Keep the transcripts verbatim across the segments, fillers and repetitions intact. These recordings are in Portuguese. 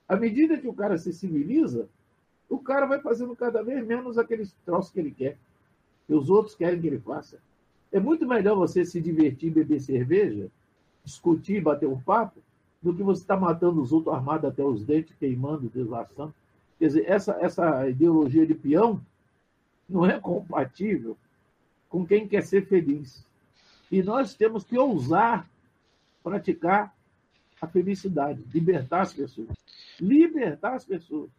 À medida que o cara se civiliza, o cara vai fazendo cada vez menos aqueles troços que ele quer, que os outros querem que ele faça. É muito melhor você se divertir, beber cerveja, discutir, bater um papo, do que você estar tá matando os outros armados até os dentes, queimando, deslaçando. Quer dizer, essa, essa ideologia de peão não é compatível com quem quer ser feliz. E nós temos que ousar praticar a felicidade, libertar as pessoas. Libertar as pessoas.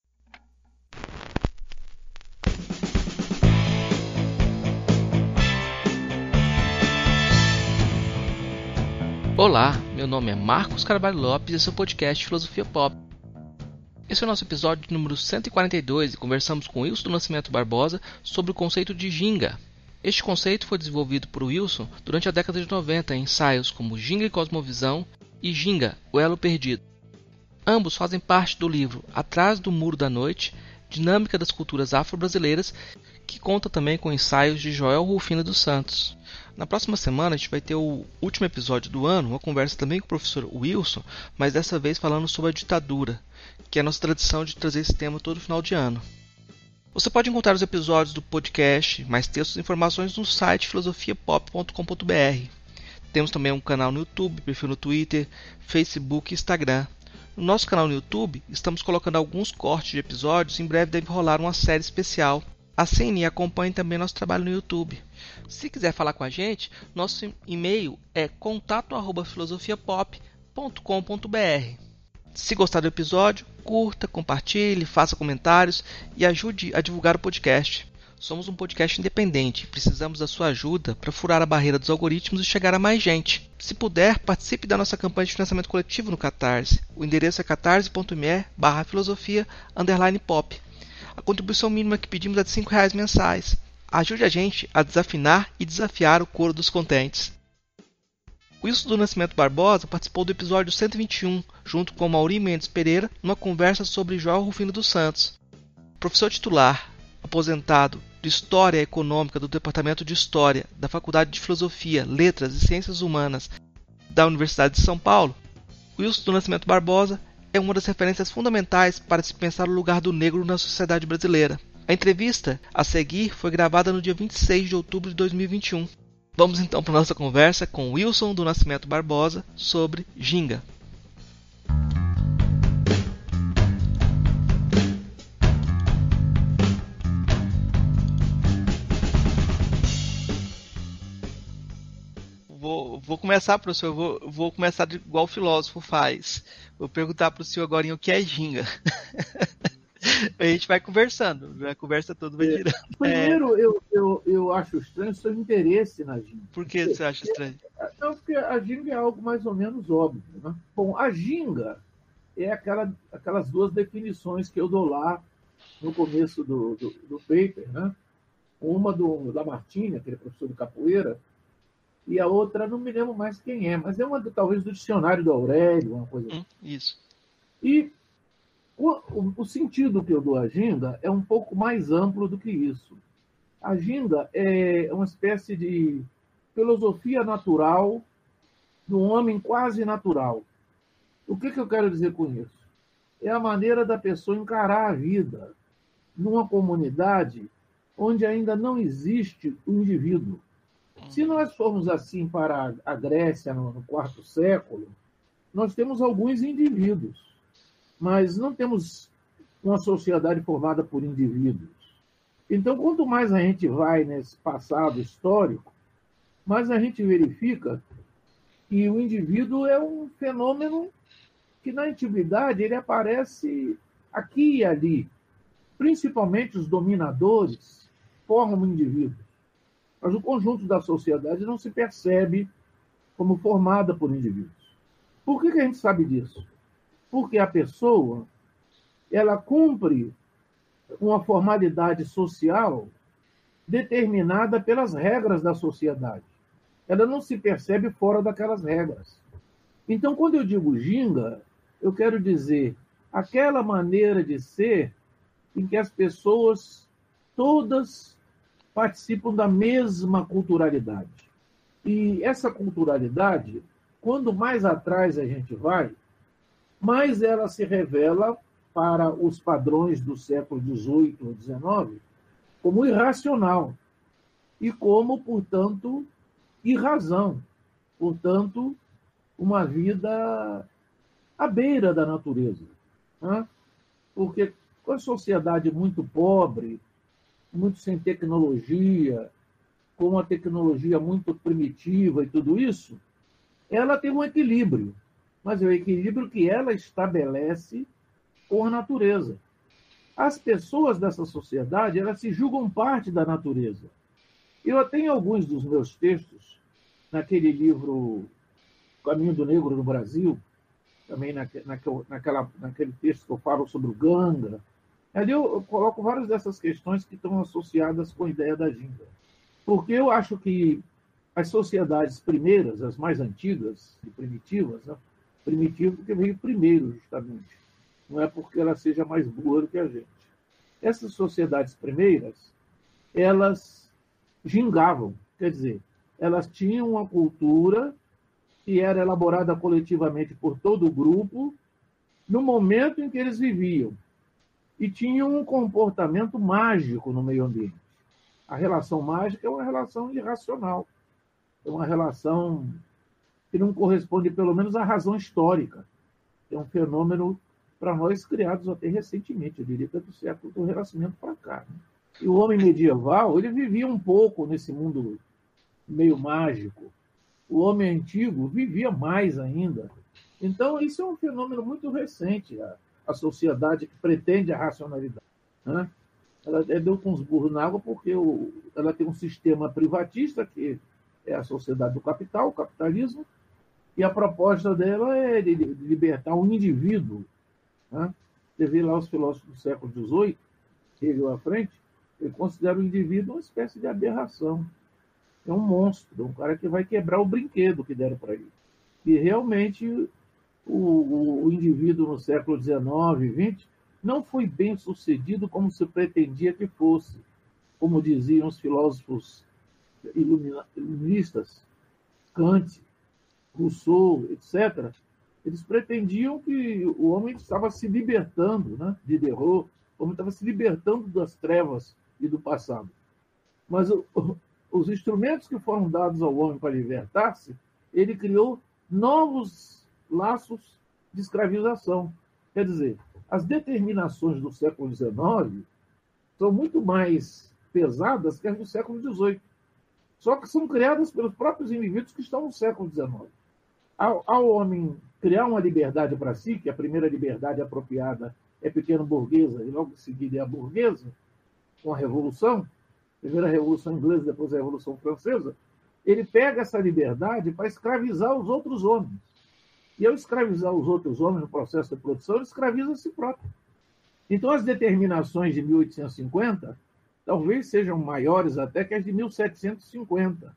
Olá, meu nome é Marcos Carvalho Lopes e esse é o podcast Filosofia Pop. Esse é o nosso episódio número cento e quarenta e dois e conversamos com Wilson do Nascimento Barbosa sobre o conceito de ginga. Este conceito foi desenvolvido por Wilson durante a década de noventa em ensaios como Ginga e Cosmovisão e Ginga, o Elo Perdido. Ambos fazem parte do livro Atrás do Muro da Noite, Dinâmica das Culturas Afro-Brasileiras, que conta também com ensaios de Joel Rufino dos Santos. Na próxima semana a gente vai ter o último episódio do ano, uma conversa também com o professor Wilson, mas dessa vez falando sobre a ditadura, que é a nossa tradição de trazer esse tema todo final de ano. Você pode encontrar os episódios do podcast, mais textos e informações no site filosofia pop ponto com ponto b r. Temos também um canal no YouTube, perfil no Twitter, Facebook e Instagram. No nosso canal no YouTube, estamos colocando alguns cortes de episódios e em breve deve rolar uma série especial. Assine e acompanhe também nosso trabalho no YouTube. Se quiser falar com a gente, nosso e-mail é contato arroba filosofia pop ponto com ponto b r. Se gostar do episódio, curta, compartilhe, faça comentários e ajude a divulgar o podcast. Somos um podcast independente e precisamos da sua ajuda para furar a barreira dos algoritmos e chegar a mais gente. Se puder, participe da nossa campanha de financiamento coletivo no Catarse. O endereço é catarse ponto me barra filosofia underline pop. A contribuição mínima que pedimos é de cinco reais mensais. Ajude a gente a desafinar e desafiar o coro dos contentes. Wilson do Nascimento Barbosa participou do episódio cento e vinte e um, junto com Maurício Mendes Pereira, numa conversa sobre Joel Rufino dos Santos. Professor titular, aposentado, de História Econômica do Departamento de História da Faculdade de Filosofia, Letras e Ciências Humanas da Universidade de São Paulo, Wilson do Nascimento Barbosa é uma das referências fundamentais para se pensar o lugar do negro na sociedade brasileira. A entrevista a seguir foi gravada no dia vinte e seis de outubro de dois mil e vinte e um. Vamos então para a nossa conversa com Wilson do Nascimento Barbosa sobre ginga. Vou, vou começar, professor, eu vou, vou começar de, igual o filósofo faz. Vou perguntar para o senhor agora o que é ginga. A gente vai conversando, a conversa toda vai girando. É, primeiro, é... eu, eu, eu acho estranho o seu interesse na ginga. Por que você acha estranho? Não, porque a ginga é algo mais ou menos óbvio, né? Bom, a ginga é aquela, aquelas duas definições que eu dou lá no começo do, do, do paper, né? Uma do Lamartine, aquele professor de capoeira, e a outra, não me lembro mais quem é, mas é uma talvez do dicionário do Aurélio, uma coisa assim. Hum, isso. E o, o, o sentido que eu dou à ginga é um pouco mais amplo do que isso. A ginga é uma espécie de filosofia natural do homem quase natural. O que, que eu quero dizer com isso? É a maneira da pessoa encarar a vida numa comunidade onde ainda não existe o indivíduo. Se nós formos assim para a Grécia no quarto século, nós temos alguns indivíduos, mas não temos uma sociedade formada por indivíduos. Então, quanto mais a gente vai nesse passado histórico, mais a gente verifica que o indivíduo é um fenômeno que, na antiguidade, ele aparece aqui e ali. Principalmente os dominadores formam indivíduos. Mas o conjunto da sociedade não se percebe como formada por indivíduos. Por que que a gente sabe disso? Porque a pessoa ela cumpre uma formalidade social determinada pelas regras da sociedade. Ela não se percebe fora daquelas regras. Então, quando eu digo ginga, eu quero dizer aquela maneira de ser em que as pessoas todas participam da mesma culturalidade. E essa culturalidade, quando mais atrás a gente vai, mais ela se revela para os padrões do século dezoito ou dezenove como irracional e como, portanto, irrazão, portanto, uma vida à beira da natureza. Né? Porque com a sociedade muito pobre, muito sem tecnologia, com uma tecnologia muito primitiva e tudo isso, ela tem um equilíbrio, mas é o equilíbrio que ela estabelece com a natureza. As pessoas dessa sociedade, elas se julgam parte da natureza. Eu tenho alguns dos meus textos, naquele livro Caminho do Negro no Brasil, também naquela, naquele texto que eu falo sobre o Ganga. Ali eu, eu coloco várias dessas questões que estão associadas com a ideia da ginga. Porque eu acho que as sociedades primeiras, as mais antigas e primitivas, né? Primitivo porque veio primeiro, justamente. Não é porque ela seja mais boa do que a gente. Essas sociedades primeiras, elas gingavam, quer dizer, elas tinham uma cultura que era elaborada coletivamente por todo o grupo no momento em que eles viviam e tinham um comportamento mágico no meio ambiente. A relação mágica é uma relação irracional, é uma relação que não corresponde, pelo menos, à razão histórica. É um fenômeno, para nós, criados até recentemente, eu diria que é do século do Renascimento para cá. Né? E o homem medieval, ele vivia um pouco nesse mundo meio mágico. O homem antigo vivia mais ainda. Então, isso é um fenômeno muito recente, a, a sociedade que pretende a racionalidade. Né? Ela deu com os burros na água porque o, ela tem um sistema privatista, que é a sociedade do capital, o capitalismo, e a proposta dela é de libertar o indivíduo. Né? Você vê lá os filósofos do século dezoito, Hegel à frente, ele considera o indivíduo uma espécie de aberração. É um monstro, um cara que vai quebrar o brinquedo que deram para ele. E realmente o, o, o indivíduo no século dezenove e vinte não foi bem sucedido como se pretendia que fosse. Como diziam os filósofos iluministas, Kant, Rousseau, etcétera, eles pretendiam que o homem estava se libertando, né? Diderot, o homem estava se libertando das trevas e do passado. Mas o, os instrumentos que foram dados ao homem para libertar-se, ele criou novos laços de escravização. Quer dizer, as determinações do século dezenove são muito mais pesadas que as do século dezoito. Só que são criadas pelos próprios indivíduos que estão no século dezenove. Ao, ao homem criar uma liberdade para si, que a primeira liberdade apropriada é pequeno-burguesa, e logo em seguida é a burguesa, com a Revolução, primeiro a Revolução Inglesa, depois a Revolução Francesa, ele pega essa liberdade para escravizar os outros homens. E ao escravizar os outros homens no processo de produção, ele escraviza a si próprio. Então, as determinações de mil oitocentos e cinquenta talvez sejam maiores até que as de mil setecentos e cinquenta.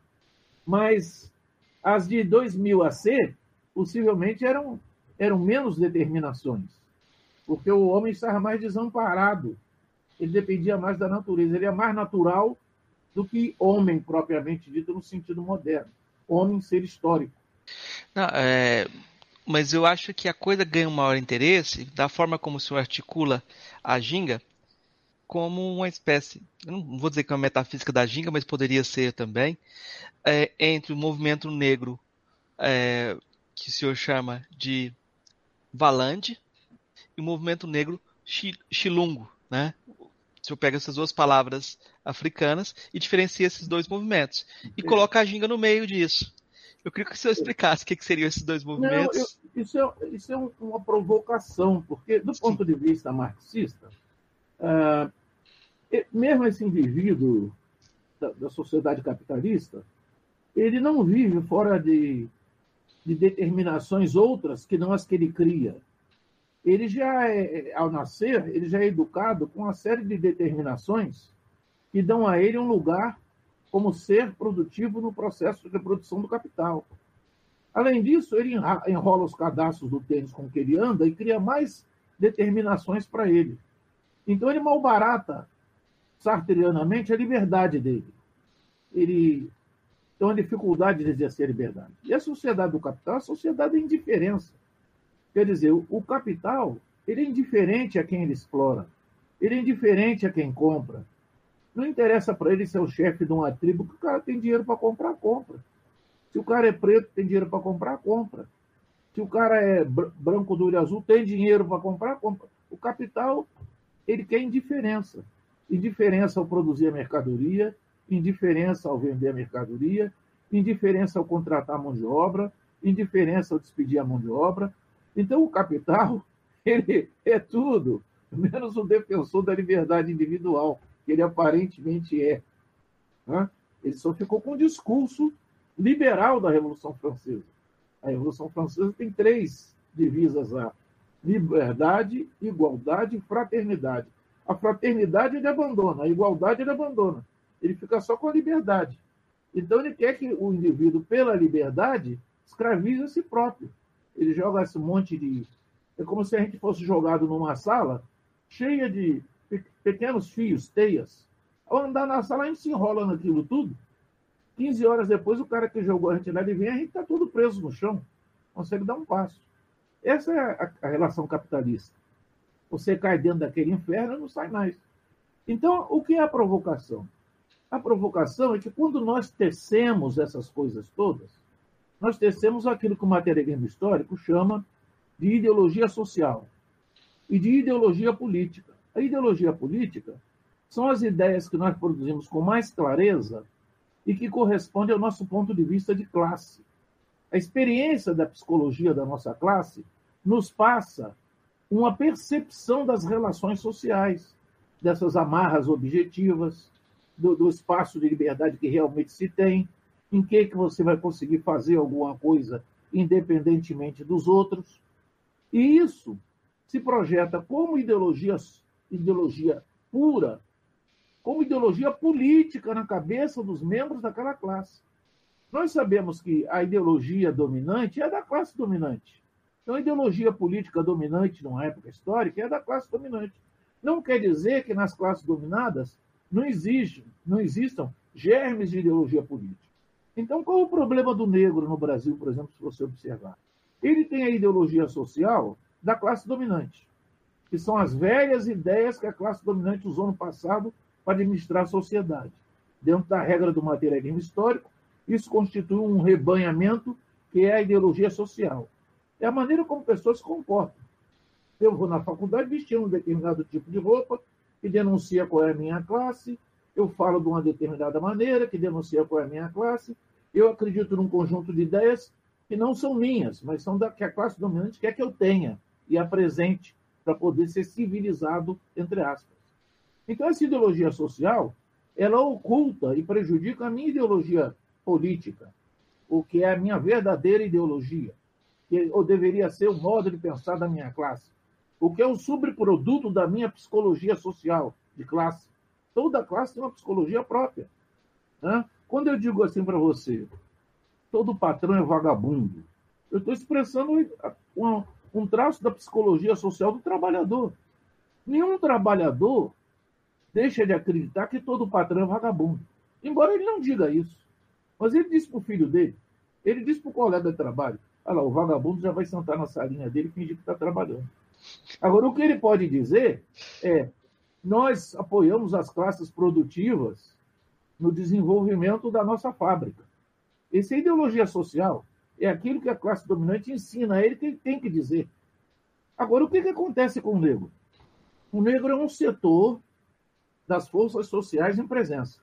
Mas as de dois mil A C, possivelmente, eram, eram menos determinações, porque o homem estava mais desamparado. Ele dependia mais da natureza. Ele é mais natural do que homem, propriamente dito, no sentido moderno. Homem, ser histórico. Não, é... Mas eu acho que a coisa ganha um maior interesse da forma como o senhor articula a ginga como uma espécie, eu não vou dizer que é uma metafísica da ginga, mas poderia ser também, é, entre o movimento negro, é, que o senhor chama de Valande, e o movimento negro Xilungo, né? O senhor pega essas duas palavras africanas e diferencia esses dois movimentos, e coloca a ginga no meio disso. Eu queria que o senhor explicasse o que, que seriam esses dois movimentos. Não, eu, isso, é, isso é uma provocação, porque, do Sim. ponto de vista marxista, uh, mesmo esse indivíduo da, da sociedade capitalista, ele não vive fora de, de determinações outras que não as que ele cria. Ele já é, ao nascer, ele já é educado com uma série de determinações que dão a ele um lugar como ser produtivo no processo de produção do capital. Além disso, ele enrola os cadastros do tênis com que ele anda e cria mais determinações para ele. Então, ele malbarata, sartreanamente, a liberdade dele. Ele tem uma dificuldade de exercer a liberdade. E a sociedade do capital é a sociedade da indiferença. Quer dizer, o, o capital, ele é indiferente a quem ele explora, ele é indiferente a quem compra. Não interessa para ele ser o chefe de uma tribo, que o cara tem dinheiro para comprar, compra. Se o cara é preto, tem dinheiro para comprar, compra. Se o cara é branco do olho azul, tem dinheiro para comprar, compra. O capital, ele quer indiferença. Indiferença ao produzir a mercadoria, indiferença ao vender a mercadoria, indiferença ao contratar a mão de obra, indiferença ao despedir a mão de obra. Então, o capital, ele é tudo, menos o defensor da liberdade individual, que ele aparentemente é. Né? Ele só ficou com o discurso liberal da Revolução Francesa. A Revolução Francesa tem três divisas lá: liberdade, igualdade e fraternidade. A fraternidade ele abandona, a igualdade ele abandona. Ele fica só com a liberdade. Então ele quer que o indivíduo, pela liberdade, escravize a si próprio. Ele joga esse monte de... É como se a gente fosse jogado numa sala cheia de pequenos fios, teias. Ao andar na sala, a gente se enrola naquilo tudo. quinze horas depois, o cara que jogou a gente lá, ele vem, a gente está tudo preso no chão. Consegue dar um passo. Essa é a, a relação capitalista. Você cai dentro daquele inferno e não sai mais. Então, o que é a provocação? A provocação é que quando nós tecemos essas coisas todas, nós tecemos aquilo que o materialismo histórico chama de ideologia social e de ideologia política. A ideologia política são as ideias que nós produzimos com mais clareza e que correspondem ao nosso ponto de vista de classe. A experiência da psicologia da nossa classe nos passa uma percepção das relações sociais, dessas amarras objetivas, do, do espaço de liberdade que realmente se tem, em que, que você vai conseguir fazer alguma coisa independentemente dos outros. E isso se projeta como ideologia, ideologia pura, como ideologia política na cabeça dos membros daquela classe. Nós sabemos que a ideologia dominante é da classe dominante. Então, a ideologia política dominante numa época histórica é da classe dominante. Não quer dizer que nas classes dominadas não existam, não existam germes de ideologia política. Então, qual é o problema do negro no Brasil, por exemplo, se você observar? Ele tem a ideologia social da classe dominante, que são as velhas ideias que a classe dominante usou no passado para administrar a sociedade. Dentro da regra do materialismo histórico, isso constitui um rebanhamento que é a ideologia social. É a maneira como pessoas se comportam. Eu vou na faculdade vestindo um determinado tipo de roupa, que denuncia qual é a minha classe, eu falo de uma determinada maneira, que denuncia qual é a minha classe, eu acredito num conjunto de ideias que não são minhas, mas são da que a classe dominante quer que eu tenha e apresente para poder ser civilizado, entre aspas. Então, essa ideologia social, ela oculta e prejudica a minha ideologia política, o que é a minha verdadeira ideologia, que ou deveria ser o modo de pensar da minha classe, o que é o subproduto da minha psicologia social de classe. Toda classe tem uma psicologia própria. Né? Quando eu digo assim para você, todo patrão é vagabundo, eu estou expressando um, um traço da psicologia social do trabalhador. Nenhum trabalhador deixa de acreditar que todo patrão é vagabundo. Embora ele não diga isso. Mas ele disse para o filho dele, ele disse para o colega de trabalho, olha lá, o vagabundo já vai sentar na salinha dele e fingir que está trabalhando. Agora, o que ele pode dizer é, nós apoiamos as classes produtivas no desenvolvimento da nossa fábrica. Essa é a ideologia social, é aquilo que a classe dominante ensina a ele que ele tem que dizer. Agora, o que, que acontece com o negro? O negro é um setor das forças sociais em presença.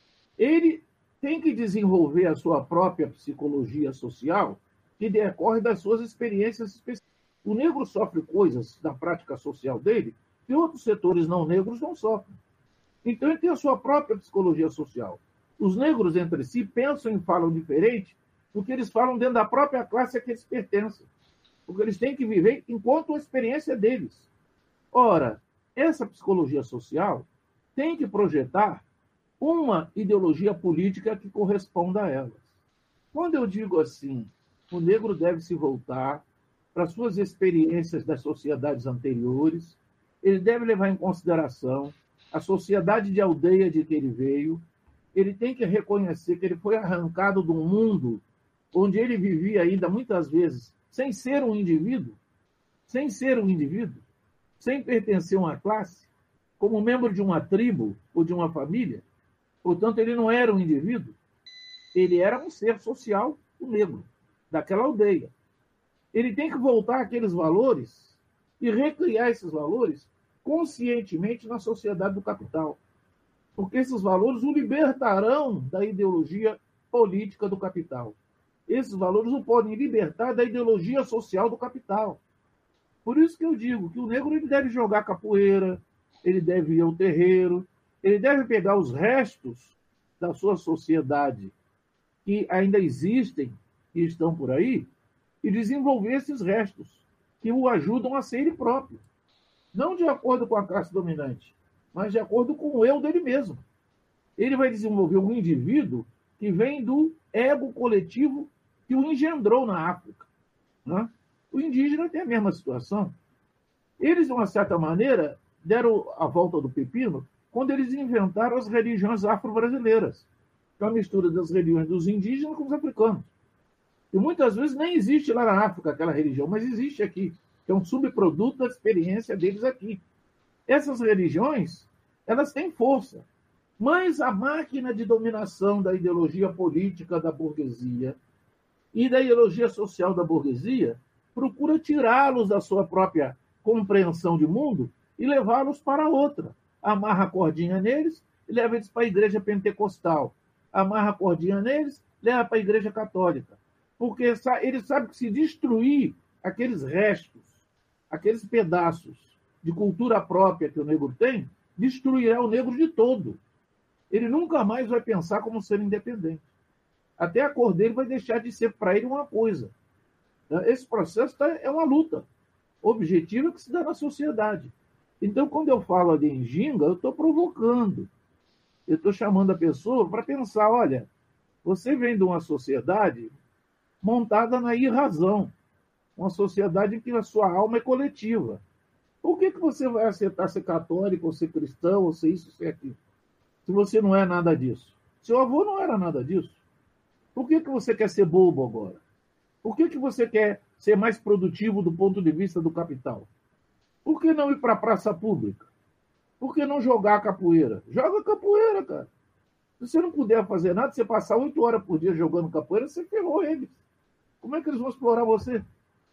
Ele tem que desenvolver a sua própria psicologia social que decorre das suas experiências específicas. O negro sofre coisas da prática social dele que outros setores não negros não sofrem. Então, ele tem a sua própria psicologia social. Os negros, entre si, pensam e falam diferente do que eles falam dentro da própria classe a que eles pertencem. Porque eles têm que viver enquanto a experiência deles. Ora, essa psicologia social tem que projetar uma ideologia política que corresponda a elas. Quando eu digo assim, o negro deve se voltar para suas experiências das sociedades anteriores, ele deve levar em consideração a sociedade de aldeia de que ele veio, ele tem que reconhecer que ele foi arrancado de um mundo onde ele vivia ainda muitas vezes sem ser um indivíduo, sem ser um indivíduo, sem pertencer a uma classe, como membro de uma tribo ou de uma família. Portanto, ele não era um indivíduo, ele era um ser social, o negro, daquela aldeia. Ele tem que voltar àqueles valores e recriar esses valores conscientemente na sociedade do capital. Porque esses valores o libertarão da ideologia política do capital. Esses valores o podem libertar da ideologia social do capital. Por isso que eu digo que o negro ele deve jogar capoeira, ele deve ir ao terreiro, ele deve pegar os restos da sua sociedade que ainda existem e estão por aí e desenvolver esses restos que o ajudam a ser ele próprio. Não de acordo com a classe dominante, mas de acordo com o eu dele mesmo. Ele vai desenvolver um indivíduo que vem do ego coletivo que o engendrou na África. Né? O indígena tem a mesma situação. Eles, de uma certa maneira, deram a volta do pepino quando eles inventaram as religiões afro-brasileiras, que é uma mistura das religiões dos indígenas com os africanos. E muitas vezes nem existe lá na África aquela religião, mas existe aqui, que é um subproduto da experiência deles aqui. Essas religiões, elas têm força, mas a máquina de dominação da ideologia política da burguesia e da ideologia social da burguesia procura tirá-los da sua própria compreensão de mundo e levá-los para outra. Amarra a cordinha neles e leva eles para a igreja pentecostal. Amarra a cordinha neles, leva para a igreja católica. Porque ele sabe que se destruir aqueles restos, aqueles pedaços de cultura própria que o negro tem, destruirá o negro de todo. Ele nunca mais vai pensar como ser independente. Até a cor dele vai deixar de ser para ele uma coisa. Esse processo é uma luta objetiva que se dá na sociedade. Então, quando eu falo de Njinga, eu estou provocando. Eu estou chamando a pessoa para pensar, olha, você vem de uma sociedade montada na irrazão, uma sociedade em que a sua alma é coletiva. Por que, que você vai aceitar ser católico, ou ser cristão, ou ser isso, ou ser aquilo, se você não é nada disso? Seu avô não era nada disso. Por que, que você quer ser bobo agora? Por que, que você quer ser mais produtivo do ponto de vista do capital? Por que não ir para a praça pública? Por que não jogar capoeira? Joga capoeira, cara. Se você não puder fazer nada, você passar oito horas por dia jogando capoeira, você ferrou eles. Como é que eles vão explorar você?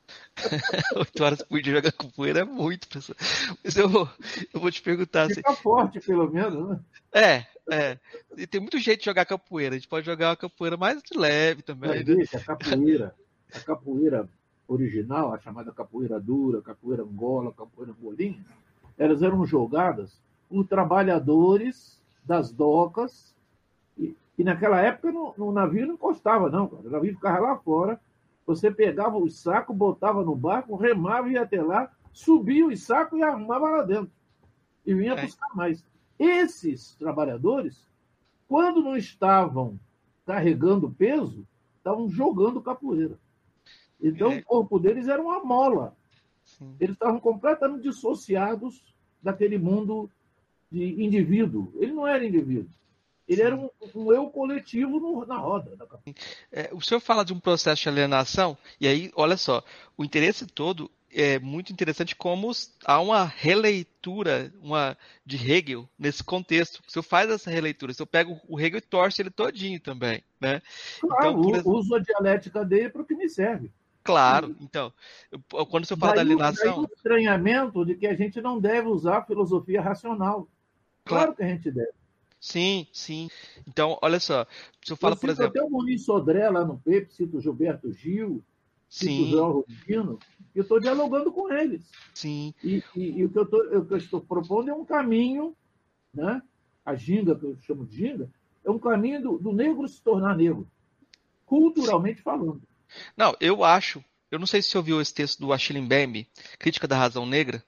Oito horas por dia jogando capoeira é muito, pessoal. Mas eu, eu vou te perguntar... Fica assim, forte, pelo menos, né? É, é. E tem muito jeito de jogar capoeira. A gente pode jogar uma capoeira mais de leve também. Mas, né? Gente, a capoeira, a capoeira original, a chamada capoeira dura, capoeira angola, capoeira bolinha, elas eram jogadas por trabalhadores das docas e, e naquela época no, no navio não encostava, não, cara. O navio ficava lá fora, você pegava o saco, botava no barco, remava e ia até lá, subia o saco e arrumava lá dentro. E vinha É. buscar mais. Esses trabalhadores, quando não estavam carregando peso, estavam jogando capoeira. Então, é. o corpo deles era uma mola. Sim. Eles estavam completamente dissociados daquele mundo de indivíduo. Ele não era indivíduo. Ele Sim. era um, um eu coletivo no, na roda. Da é, o senhor fala de um processo de alienação, e aí, olha só, o interesse todo é muito interessante como há uma releitura uma, de Hegel nesse contexto. Se eu faz essa releitura, se eu pego o Hegel e torço ele todinho também. Né? Claro, então, por... uso a dialética dele para o que me serve. Claro, então, eu, quando você fala daí, da alienação... Daí o estranhamento de que a gente não deve usar a filosofia racional. Claro, claro que a gente deve. Sim, sim. Então, olha só, se eu falo, por exemplo... até o Muniz Sodré lá no P E P, cito o Gilberto Gil, cito o João Rubino, eu estou dialogando com eles. Sim. E, e, e o, que eu tô, o que eu estou propondo é um caminho, né? A ginga, que eu chamo de ginga, é um caminho do, do negro se tornar negro, culturalmente sim. falando. Não, eu acho, eu não sei se você ouviu esse texto do Achille Mbembe, Crítica da Razão Negra,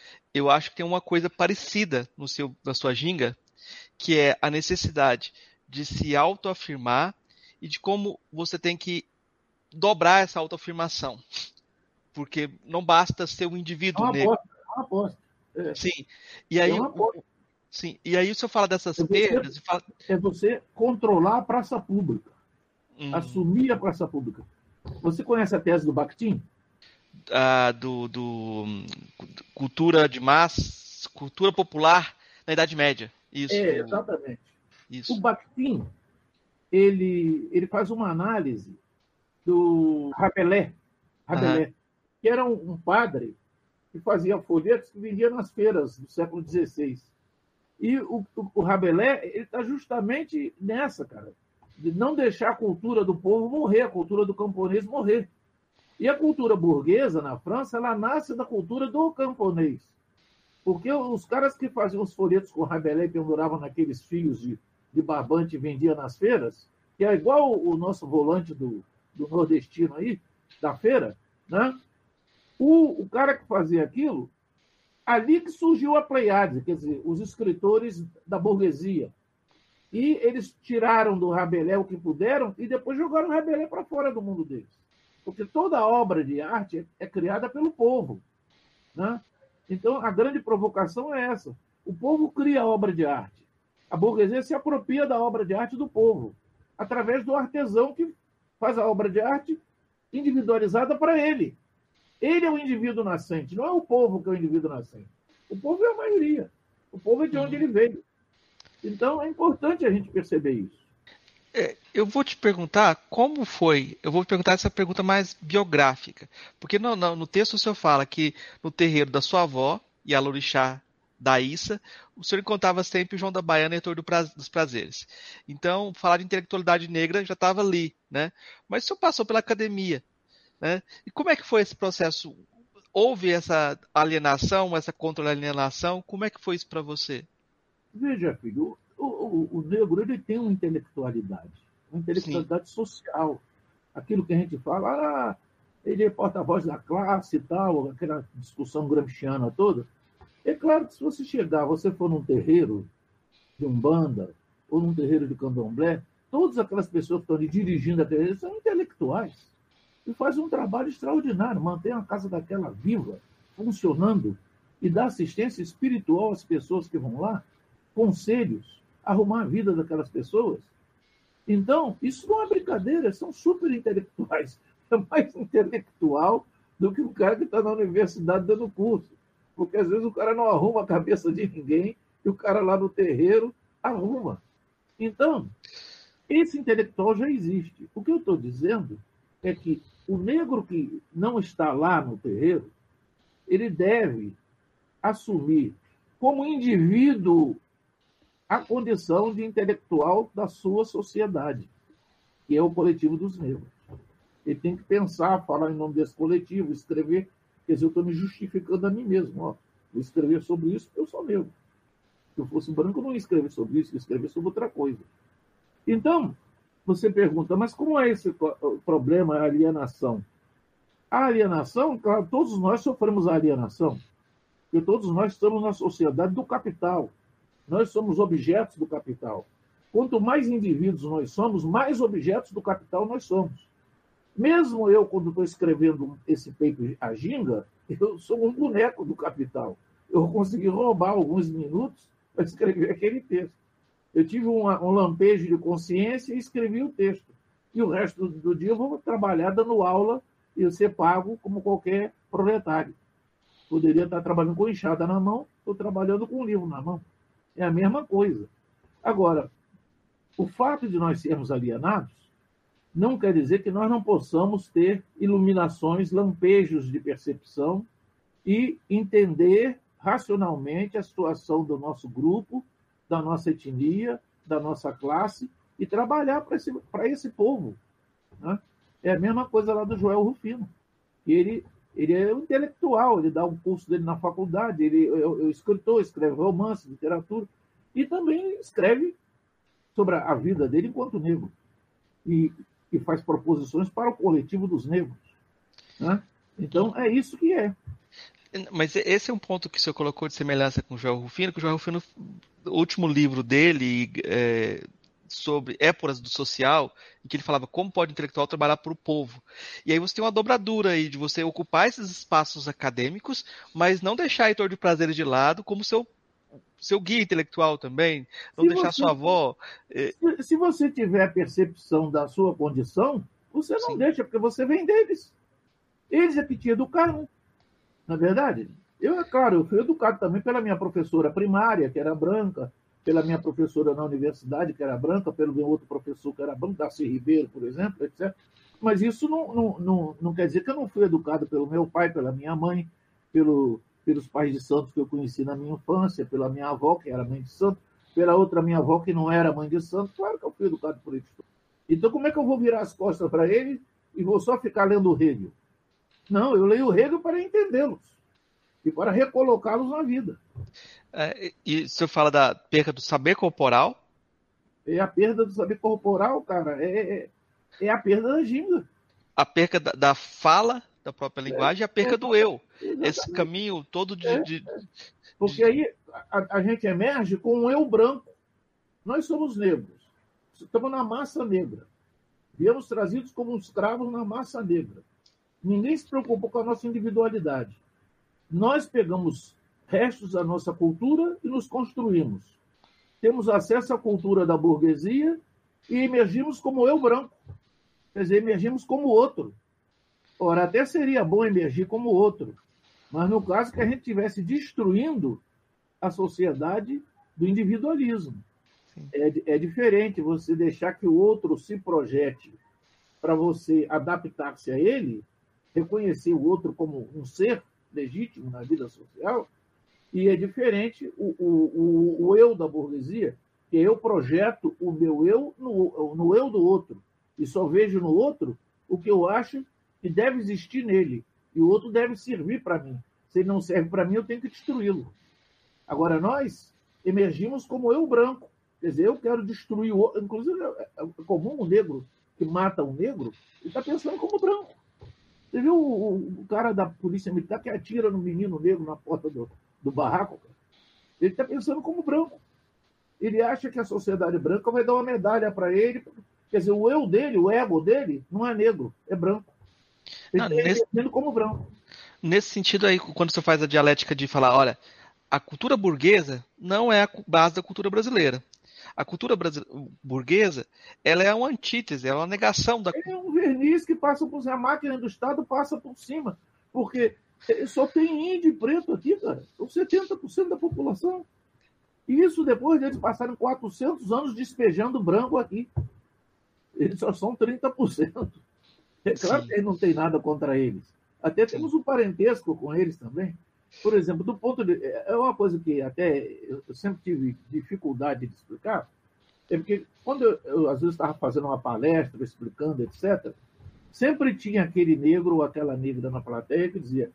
eu acho que tem uma coisa parecida no seu, na sua ginga, que é a necessidade de se autoafirmar e de como você tem que dobrar essa autoafirmação. Porque não basta ser um indivíduo é uma negro. Aposta, é uma aposta. É. Sim. E aí, é uma aposta. Sim. E aí o senhor fala dessas é você, perdas... E fala... É você controlar a praça pública. Hum. Assumir a praça pública. Você conhece a tese do Bakhtin? uh, do, do cultura de massa, cultura popular na Idade Média. Isso. É, Do, exatamente. isso. O Bakhtin, ele, ele faz uma análise do Rabelais, Rabelais, uhum. que era um, um padre que fazia folhetos que vendia nas feiras do século dezesseis. E o, o, o Rabelais está justamente nessa, cara, de não deixar a cultura do povo morrer, a cultura do camponês morrer. E a cultura burguesa na França, ela nasce da cultura do camponês. Porque os caras que faziam os folhetos com Rabelais e penduravam naqueles fios de, de barbante e vendiam nas feiras, que é igual o nosso volante do, do nordestino aí, da feira, né? O, o cara que fazia aquilo, ali que surgiu a Pleiade, quer dizer, os escritores da burguesia. E eles tiraram do Rabelais o que puderam e depois jogaram o Rabelais para fora do mundo deles. Porque toda obra de arte é, é criada pelo povo, né? Então, a grande provocação é essa. O povo cria a obra de arte. A burguesia se apropria da obra de arte do povo, através do artesão que faz a obra de arte individualizada para ele. Ele é o indivíduo nascente, não é o povo que é o indivíduo nascente. O povo é a maioria. O povo é de onde ele veio. Então, é importante a gente perceber isso. É, eu vou te perguntar como foi, eu vou te perguntar essa pergunta mais biográfica, porque no, no, no texto o senhor fala que no terreiro da sua avó, Yalorixá da Issa, o senhor encontrava sempre o João da Baiana e Heitor do pra, dos Prazeres. Então, falar de intelectualidade negra já estava ali, né? Mas o senhor passou pela academia, né? E como é que foi esse processo? Houve essa alienação, essa contra-alienação? Como é que foi isso para você? Veja, filho, o, o, o negro ele tem uma intelectualidade, uma intelectualidade Sim. social. Aquilo que a gente fala, ah, ele é porta-voz da classe e tal, aquela discussão gramsciana toda. É claro que se você chegar, você for num terreiro de Umbanda ou num terreiro de Candomblé, todas aquelas pessoas que estão ali dirigindo a terreiro são intelectuais e fazem um trabalho extraordinário, mantém a casa daquela viva, funcionando e dá assistência espiritual às pessoas que vão lá, conselhos, arrumar a vida daquelas pessoas. Então, isso não é brincadeira, são super intelectuais. É mais intelectual do que o cara que está na universidade dando curso. Porque às vezes o cara não arruma a cabeça de ninguém e o cara lá no terreiro arruma. Então, esse intelectual já existe. O que eu estou dizendo é que o negro que não está lá no terreiro, ele deve assumir como indivíduo a condição de intelectual da sua sociedade, que é o coletivo dos negros. Ele tem que pensar, falar em nome desse coletivo, escrever. Quer dizer, eu estou me justificando a mim mesmo. Ó. Vou escrever sobre isso porque eu sou negro. Se eu fosse branco, eu não ia escrever sobre isso, ia escrever sobre outra coisa. Então, você pergunta, mas como é esse problema, a alienação? A alienação, claro, todos nós sofremos a alienação, porque todos nós estamos na sociedade do capital. Nós somos objetos do capital. Quanto mais indivíduos nós somos, mais objetos do capital nós somos. Mesmo eu, quando estou escrevendo esse paper A Ginga, eu sou um boneco do capital. Eu consegui roubar alguns minutos para escrever aquele texto. Eu tive uma, um lampejo de consciência e escrevi o texto. E o resto do, do dia eu vou trabalhar dando aula e ser pago como qualquer proletário. Poderia estar trabalhando com enxada na mão, estou trabalhando com um livro na mão. É a mesma coisa. Agora, o fato de nós sermos alienados não quer dizer que nós não possamos ter iluminações, lampejos de percepção e entender racionalmente a situação do nosso grupo, da nossa etnia, da nossa classe e trabalhar para esse, para esse povo. Né? É a mesma coisa lá do Joel Rufino. Ele, ele é um intelectual, ele dá um curso dele na faculdade, ele é, é escritor, escreve romance, literatura e também escreve sobre a vida dele enquanto negro. E que faz proposições para o coletivo dos negros. Né? Então, é isso que é. Mas esse é um ponto que o senhor colocou de semelhança com o Joel Rufino, que o Joel Rufino, o último livro dele, é, sobre époras do social, em que ele falava como pode o intelectual trabalhar para o povo. E aí você tem uma dobradura aí de você ocupar esses espaços acadêmicos, mas não deixar Heitor de Prazeres de lado como seu seu guia intelectual também, não se deixar você, sua avó... Se, se você tiver a percepção da sua condição, você não Sim. deixa, porque você vem deles. Eles é que te educaram, na é verdade. Eu, é claro, eu fui educado também pela minha professora primária, que era branca, pela minha professora na universidade, que era branca, pelo meu outro professor, que era branco, Darcy Ribeiro, por exemplo, etcétera. Mas isso não, não, não, não quer dizer que eu não fui educado pelo meu pai, pela minha mãe, pelo, pelos pais de santos que eu conheci na minha infância, pela minha avó, que era mãe de santo, pela outra minha avó, que não era mãe de santo. Claro que eu fui educado por eles. Então, como é que eu vou virar as costas para ele e vou só ficar lendo o Hegel? Não, eu leio o Hegel para entendê-los e para recolocá-los na vida. É, e o senhor fala da perda do saber corporal? É a perda do saber corporal, cara, é, é, é a perda da ginga. A perda da, da fala, da própria linguagem, é, e a perda é, do eu. Exatamente. Esse caminho todo de... É, de, é. Porque de... aí a, a gente emerge com um eu branco. Nós somos negros. Estamos na massa negra. Viemos trazidos como escravos na massa negra. Ninguém se preocupou com a nossa individualidade. Nós pegamos restos da nossa cultura e nos construímos. Temos acesso à cultura da burguesia e emergimos como eu branco. Quer dizer, emergimos como outro. Ora, até seria bom emergir como outro, mas no caso que a gente estivesse destruindo a sociedade do individualismo. É, é diferente você deixar que o outro se projete para você adaptar-se a ele, reconhecer o outro como um ser legítimo na vida social, e é diferente o, o, o, o eu da burguesia, que eu projeto o meu eu no, no eu do outro, e só vejo no outro o que eu acho que deve existir nele, e o outro deve servir para mim. Se ele não serve para mim, eu tenho que destruí-lo. Agora, nós emergimos como eu branco, quer dizer, eu quero destruir o outro. Inclusive, é comum um negro que mata um negro, ele está pensando como branco. Você viu o, o cara da polícia militar que atira no menino negro na porta do, do barraco? Ele está pensando como branco. Ele acha que a sociedade branca vai dar uma medalha para ele. Quer dizer, o eu dele, o ego dele, não é negro, é branco. Ele está nesse, entendendo como branco. Nesse sentido aí, quando você faz a dialética de falar, olha, a cultura burguesa não é a base da cultura brasileira. A cultura burguesa, ela é uma antítese, ela é uma negação da... É um verniz que passa por cima, a máquina do Estado passa por cima, porque só tem índio e preto aqui, cara. São setenta por cento da população. E isso depois de eles passarem quatrocentos anos despejando branco aqui. Eles só são trinta por cento. É claro Sim. que não tem nada contra eles. Até temos um parentesco com eles também. Por exemplo, do ponto de... É uma coisa que até eu sempre tive dificuldade de explicar, é porque quando eu, eu às vezes estava fazendo uma palestra, explicando, etcétera, sempre tinha aquele negro ou aquela negra na plateia que dizia,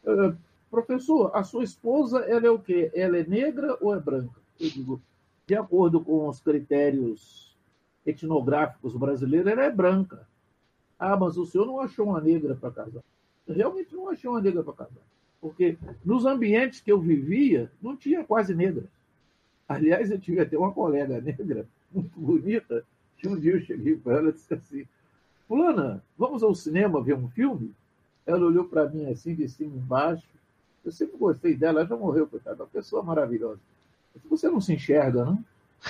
professor, a sua esposa, ela é o quê? Ela é negra ou é branca? Eu digo, de acordo com os critérios etnográficos brasileiros, ela é branca. Ah, mas o senhor não achou uma negra para casar? Eu realmente não achei uma negra para casar. Porque nos ambientes que eu vivia, não tinha quase negra. Aliás, eu tive até uma colega negra, muito bonita, que um dia eu cheguei para ela e disse assim, fulana, vamos ao cinema ver um filme? Ela olhou para mim assim, de cima e embaixo. Eu sempre gostei dela, ela já morreu, coitada, uma pessoa maravilhosa. Eu disse, você não se enxerga, não?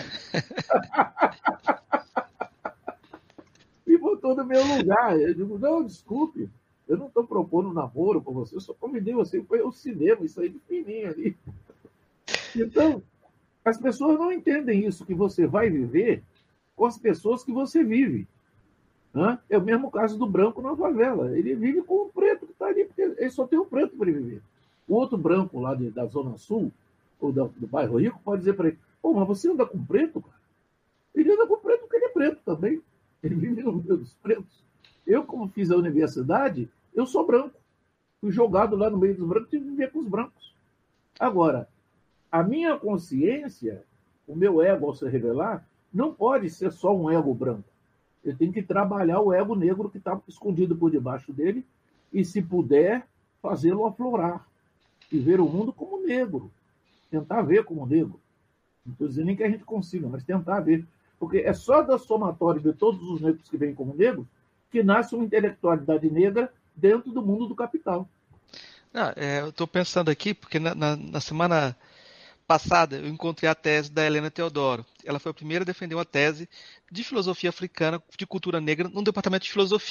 Me botou no meu lugar. Eu digo, não, desculpe, eu não estou propondo namoro com você, eu só convidei você para ir ao cinema, isso aí de fininho ali. Então, as pessoas não entendem isso, que você vai viver com as pessoas que você vive. Né? É o mesmo caso do branco na favela. Ele vive com o preto que está ali, porque ele só tem o preto para ele viver. O outro branco lá de, da Zona Sul, ou da, do bairro Rico, pode dizer para ele, pô, mas você anda com preto, cara? Ele anda com preto porque ele é preto também. Ele vive no meio dos pretos. Eu, como fiz a universidade, eu sou branco. Fui jogado lá no meio dos brancos e viver com os brancos. Agora, a minha consciência, o meu ego ao se revelar, não pode ser só um ego branco. Eu tenho que trabalhar o ego negro que está escondido por debaixo dele e, se puder, fazê-lo aflorar. E ver o mundo como negro. Tentar ver como negro. Não estou dizendo nem que a gente consiga, mas tentar ver. Porque é só da somatória de todos os negros que vêm como negros que nasce uma intelectualidade negra dentro do mundo do capital. Ah, é, eu estou pensando aqui, porque na, na, na semana passada eu encontrei a tese da Helena Teodoro. Ela foi a primeira a defender uma tese de filosofia africana, de cultura negra, no departamento de filosofia.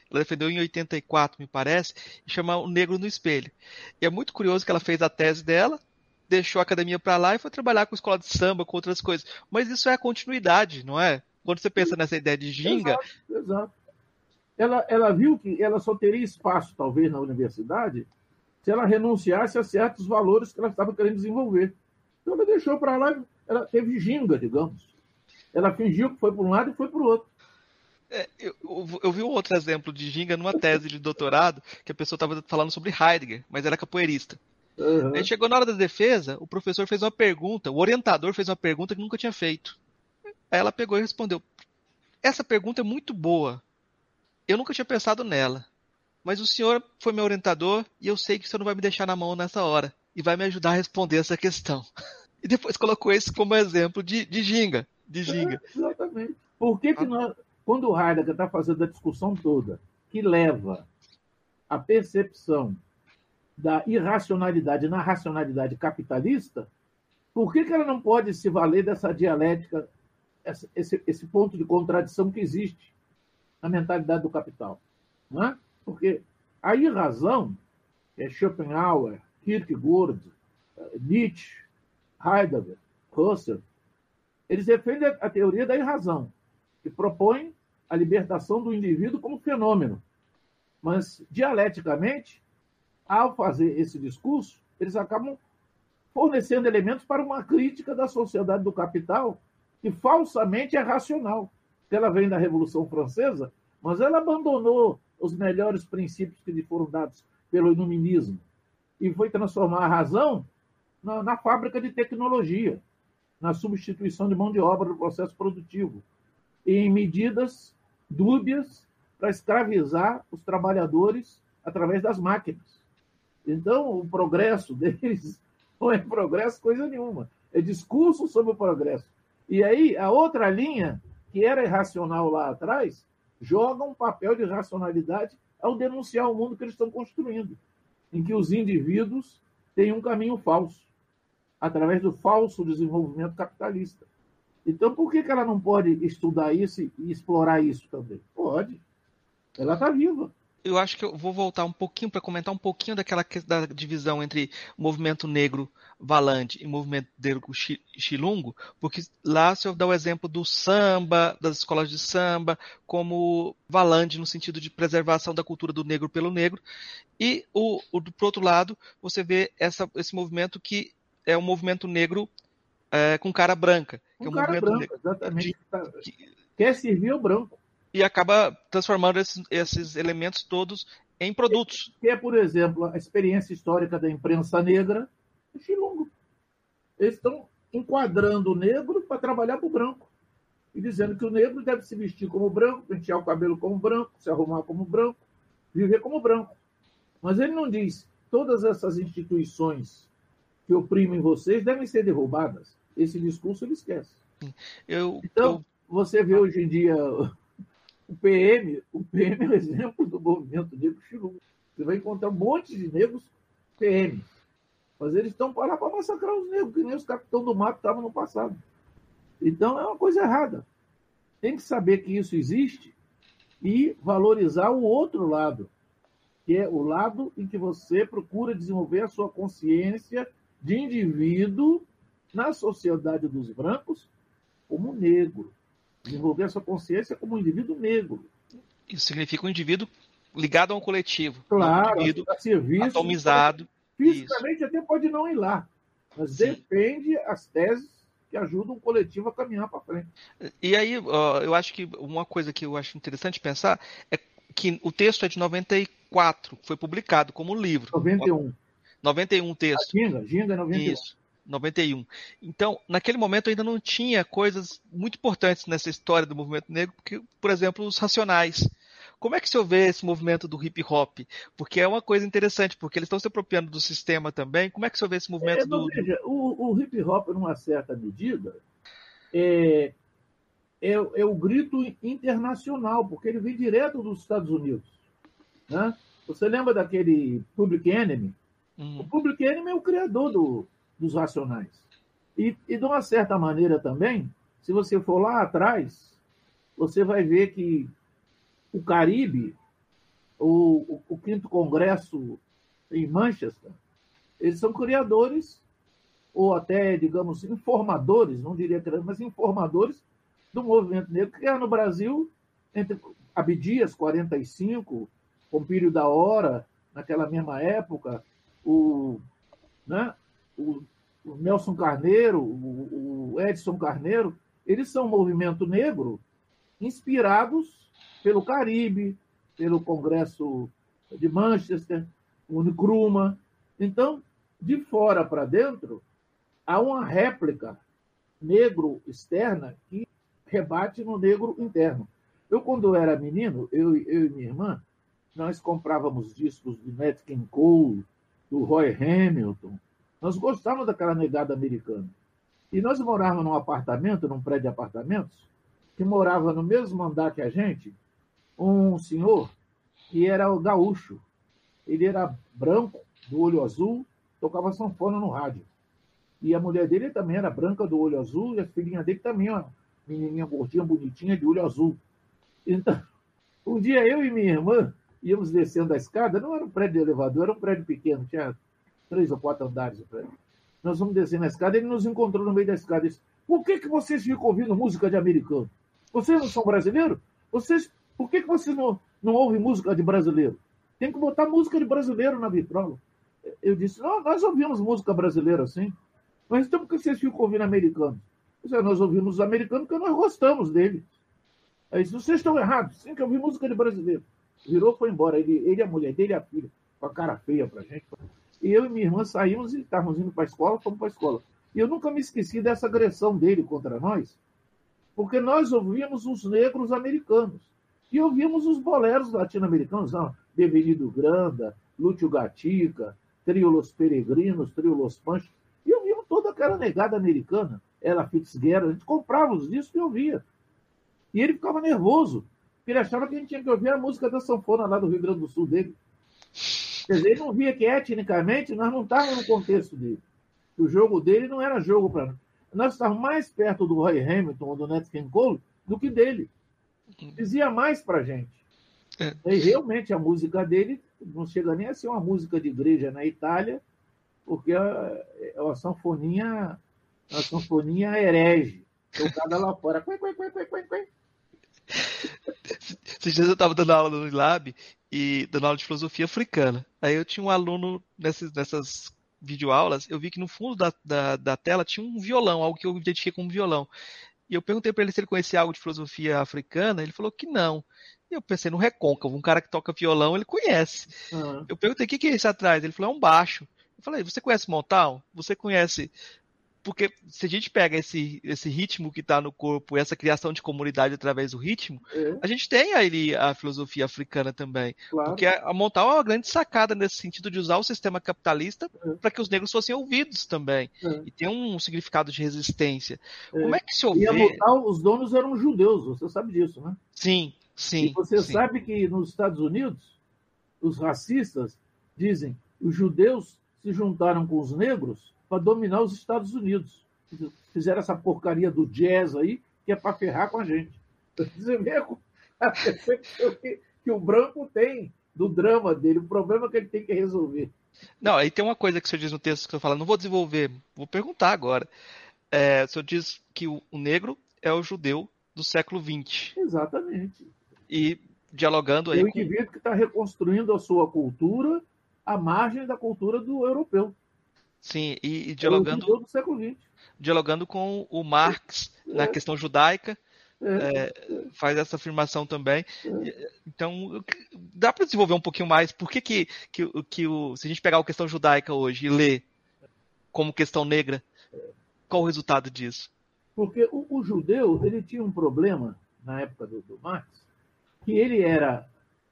ela defendeu em oitenta e quatro, me parece, e chama O Negro no Espelho. E é muito curioso que ela fez a tese dela, deixou a academia para lá e foi trabalhar com escola de samba, com outras coisas. Mas isso é a continuidade, não é? Quando você pensa nessa ideia de ginga... Exato, exato. Ela, ela viu que ela só teria espaço, talvez, na universidade, se ela renunciasse a certos valores que ela estava querendo desenvolver. Então ela deixou para lá, ela teve ginga, digamos. Ela fingiu que foi para um lado e foi para o outro. É, eu, eu, eu vi um outro exemplo de ginga numa tese de doutorado, que a pessoa estava falando sobre Heidegger, mas era capoeirista. Uhum. Aí chegou na hora da defesa, o professor fez uma pergunta, o orientador fez uma pergunta que nunca tinha feito. Aí ela pegou e respondeu: essa pergunta é muito boa, eu nunca tinha pensado nela, mas o senhor foi meu orientador e eu sei que o senhor não vai me deixar na mão nessa hora e vai me ajudar a responder essa questão. E depois colocou esse como exemplo de, de ginga. De ginga. É, exatamente. Por que, que nós, quando o Heidegger está fazendo a discussão toda, que leva a percepção da irracionalidade na racionalidade capitalista, por que, que ela não pode se valer dessa dialética, esse, esse ponto de contradição que existe na mentalidade do capital? Não é? Porque a irrazão, é Schopenhauer, Kierkegaard, Nietzsche, Heidegger, Husserl, eles defendem a teoria da irrazão, que propõe a libertação do indivíduo como fenômeno. Mas, dialeticamente, ao fazer esse discurso, eles acabam fornecendo elementos para uma crítica da sociedade do capital, que falsamente é racional. Ela vem da Revolução Francesa, mas ela abandonou os melhores princípios que lhe foram dados pelo iluminismo e foi transformar a razão na, na fábrica de tecnologia, na substituição de mão de obra do processo produtivo, e em medidas dúbias para escravizar os trabalhadores através das máquinas. Então, o progresso deles não é progresso coisa nenhuma, é discurso sobre o progresso. E aí, a outra linha, que era irracional lá atrás, joga um papel de racionalidade ao denunciar o mundo que eles estão construindo, em que os indivíduos têm um caminho falso, através do falso desenvolvimento capitalista. Então, por que, que ela não pode estudar isso e explorar isso também? Pode. Ela está viva. Eu acho que eu vou voltar um pouquinho para comentar um pouquinho daquela da divisão entre o movimento negro Valande e o movimento negro Xilungo, porque lá o senhor dá o exemplo do samba, das escolas de samba, como Valande no sentido de preservação da cultura do negro pelo negro, e o, o por outro lado você vê essa, esse movimento que é um movimento negro é, com cara branca. Com que é um cara movimento branca, negro exatamente. de, que, Quer servir ao branco. E acaba transformando esses, esses elementos todos em produtos. Que é, por exemplo, a experiência histórica da imprensa negra do Xilungo. Eles estão enquadrando o negro para trabalhar para o branco. E dizendo que o negro deve se vestir como branco, pentear o cabelo como branco, se arrumar como branco, viver como branco. Mas ele não diz, todas essas instituições que oprimem vocês devem ser derrubadas. Esse discurso ele esquece. Eu, então, eu... você vê hoje em dia o P M, o P M é o exemplo do movimento negro Xilungo. Você vai encontrar um monte de negros P M. Mas eles estão para lá para massacrar os negros, que nem os capitães do mato estavam no passado. Então, é uma coisa errada. Tem que saber que isso existe e valorizar o outro lado, que é o lado em que você procura desenvolver a sua consciência de indivíduo na sociedade dos brancos como negro. Desenvolver a sua consciência como um indivíduo negro. Isso significa um indivíduo ligado a um coletivo. Claro, um indivíduo a serviço. atomizado. Fisicamente isso. até pode não ir lá, mas Sim. defende as teses que ajudam o coletivo a caminhar para frente. E aí, eu acho que uma coisa que eu acho interessante pensar é que o texto é de noventa e quatro, foi publicado como livro. noventa e um. noventa e um texto. A Ginga, Ginga é noventa e um. Isso. noventa e um. Então, naquele momento ainda não tinha coisas muito importantes nessa história do movimento negro, porque, por exemplo, os Racionais. Como é que o senhor vê esse movimento do hip hop? Porque é uma coisa interessante, porque eles estão se apropriando do sistema também. Como é que o senhor vê esse movimento é, do... Veja, o, o hip hop, numa certa medida, é, é, é o grito internacional, porque ele vem direto dos Estados Unidos. Né? Você lembra daquele Public Enemy? Uhum. O Public Enemy é o criador do, dos Racionais. E, e, de uma certa maneira também, se você for lá atrás, você vai ver que o Caribe o, o, o quinto Congresso em Manchester, eles são criadores, ou até, digamos, informadores, não diria criadores, mas informadores do movimento negro, que era no Brasil, entre Abdias, quarenta e cinco, Pompílio da Hora, naquela mesma época, o, né, o, o Nelson Carneiro, o, o Edson Carneiro, eles são um movimento negro inspirados pelo Caribe, pelo Congresso de Manchester, o Nkrumah. Então, de fora para dentro, há uma réplica negro externa que rebate no negro interno. Eu, quando era menino, eu, eu e minha irmã, nós comprávamos discos do Nat King Cole, do Roy Hamilton. Nós gostávamos daquela negada americana. E nós morávamos num apartamento, num prédio de apartamentos, que morava no mesmo andar que a gente, um senhor que era o gaúcho. Ele era branco, do olho azul, tocava sanfona no rádio. E a mulher dele também era branca, do olho azul, e a filhinha dele também, uma menininha gordinha, bonitinha, de olho azul. Então, um dia eu e minha irmã íamos descendo a escada, não era um prédio de elevador, era um prédio pequeno, tinha três ou quatro andares o prédio. Nós fomos descendo a escada, ele nos encontrou no meio da escada e disse: por que, que vocês ficam ouvindo música de americano? Vocês não são brasileiros? Vocês, por que, que vocês não, não ouvem música de brasileiro? Tem que botar música de brasileiro na vitrola. Eu disse: não, nós ouvimos música brasileira, sim. Mas então por que vocês ficam ouvindo americanos? Disse, nós ouvimos os americanos porque nós gostamos deles. Aí disse: vocês estão errados, sim que eu ouvi música de brasileiro. Virou, foi embora. Ele, ele a mulher dele e a filha, com a cara feia pra gente. E eu e minha irmã saímos e estávamos indo para a escola, fomos para a escola. E eu nunca me esqueci dessa agressão dele contra nós, porque nós ouvíamos os negros americanos e ouvíamos os boleros latino-americanos, Devenido Granda, Lúcio Gatica, Trio Los Peregrinos, Trio Los Panchos, e ouvíamos toda aquela negada americana, Ella Fitzgerald, a gente comprava os discos e ouvia. E ele ficava nervoso, porque ele achava que a gente tinha que ouvir a música da sanfona lá do Rio Grande do Sul dele. Quer dizer, ele não via que, etnicamente, nós não estávamos no contexto dele. O jogo dele não era jogo para nós. Nós estávamos mais perto do Roy Hamilton ou do Nat King Cole do que dele. Dizia mais para a gente. É. E realmente a música dele não chega nem a ser uma música de igreja na Itália, porque é uma sanfoninha, uma sanfoninha herege, tocada lá fora. Quen, quen, quen, quen, quen. Esses dias eu estava dando aula no Unilab e dando aula de filosofia africana. Aí eu tinha um aluno nessas, nessas videoaulas, eu vi que no fundo da, da, da tela tinha um violão, algo que eu identifiquei como violão. E eu perguntei para ele se ele conhecia algo de filosofia africana, ele falou que não. E eu pensei no recôncavo, um cara que toca violão, ele conhece. Uhum. Eu perguntei, o que, que é isso atrás? Ele falou, é um baixo. Eu falei, você conhece Motown? Você conhece... Porque se a gente pega esse, esse ritmo que está no corpo, essa criação de comunidade através do ritmo, é. a gente tem aí a filosofia africana também. Claro. Porque a, a Motown é uma grande sacada nesse sentido de usar o sistema capitalista é. para que os negros fossem ouvidos também. É. E tem um significado de resistência. É. Como é que se ouve... E a Motown, os donos eram judeus, você sabe disso, né? Sim, sim. E você sim. sabe que nos Estados Unidos, os racistas dizem que os judeus se juntaram com os negros para dominar os Estados Unidos. Fizeram essa porcaria do jazz aí, que é para ferrar com a gente. Você vê a percepção que, que o branco tem do drama dele, o problema que ele tem que resolver. Não, aí tem uma coisa que o senhor diz no texto que eu falo, não vou desenvolver, vou perguntar agora. É, o senhor diz que o, o negro é o judeu do século vinte. Exatamente. E dialogando aí é o com... indivíduo que está reconstruindo a sua cultura à margem da cultura do europeu. Sim, e, e dialogando, do século vinte. dialogando com o Marx é. na questão judaica, é. É, faz essa afirmação também. É. Então, dá para desenvolver um pouquinho mais. Por que, que, que, que o, se a gente pegar a questão judaica hoje e ler como questão negra, qual o resultado disso? Porque o, o judeu ele tinha um problema, na época do, do Marx, que ele era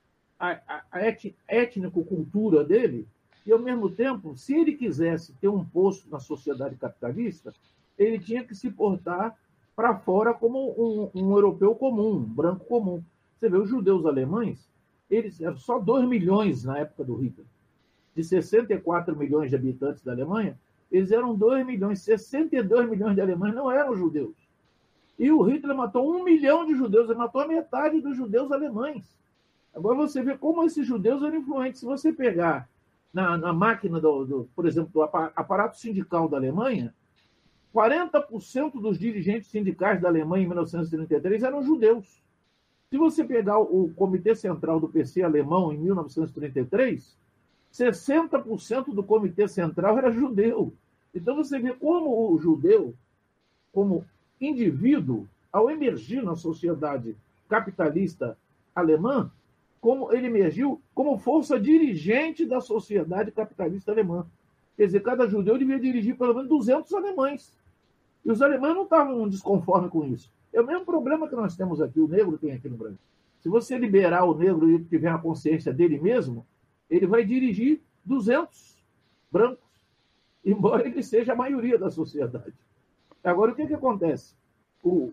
a, a, a étnico-cultura dele. E, ao mesmo tempo, se ele quisesse ter um posto na sociedade capitalista, ele tinha que se portar para fora como um, um europeu comum, um branco comum. Você vê, os judeus alemães, eles eram só dois milhões na época do Hitler. De sessenta e quatro milhões de habitantes da Alemanha, eles eram dois milhões, sessenta e dois milhões de alemães não eram judeus. E o Hitler matou um milhão de judeus, ele matou a metade dos judeus alemães. Agora você vê como esses judeus eram influentes. Se você pegar na, na máquina, do, do, por exemplo, do aparato sindical da Alemanha, quarenta por cento dos dirigentes sindicais da Alemanha em mil novecentos e trinta e três eram judeus. Se você pegar o Comitê Central do P C alemão em mil novecentos e trinta e três, sessenta por cento do Comitê Central era judeu. Então você vê como o judeu, como indivíduo, ao emergir na sociedade capitalista alemã, como ele emergiu como força dirigente da sociedade capitalista alemã. Quer dizer, cada judeu devia dirigir pelo menos duzentos alemães. E os alemães não estavam desconformes com isso. É o mesmo problema que nós temos aqui, o negro tem aqui no Brasil. Se você liberar o negro e ele tiver a consciência dele mesmo, ele vai dirigir duzentos brancos, embora ele seja a maioria da sociedade. Agora, o que, que acontece? O,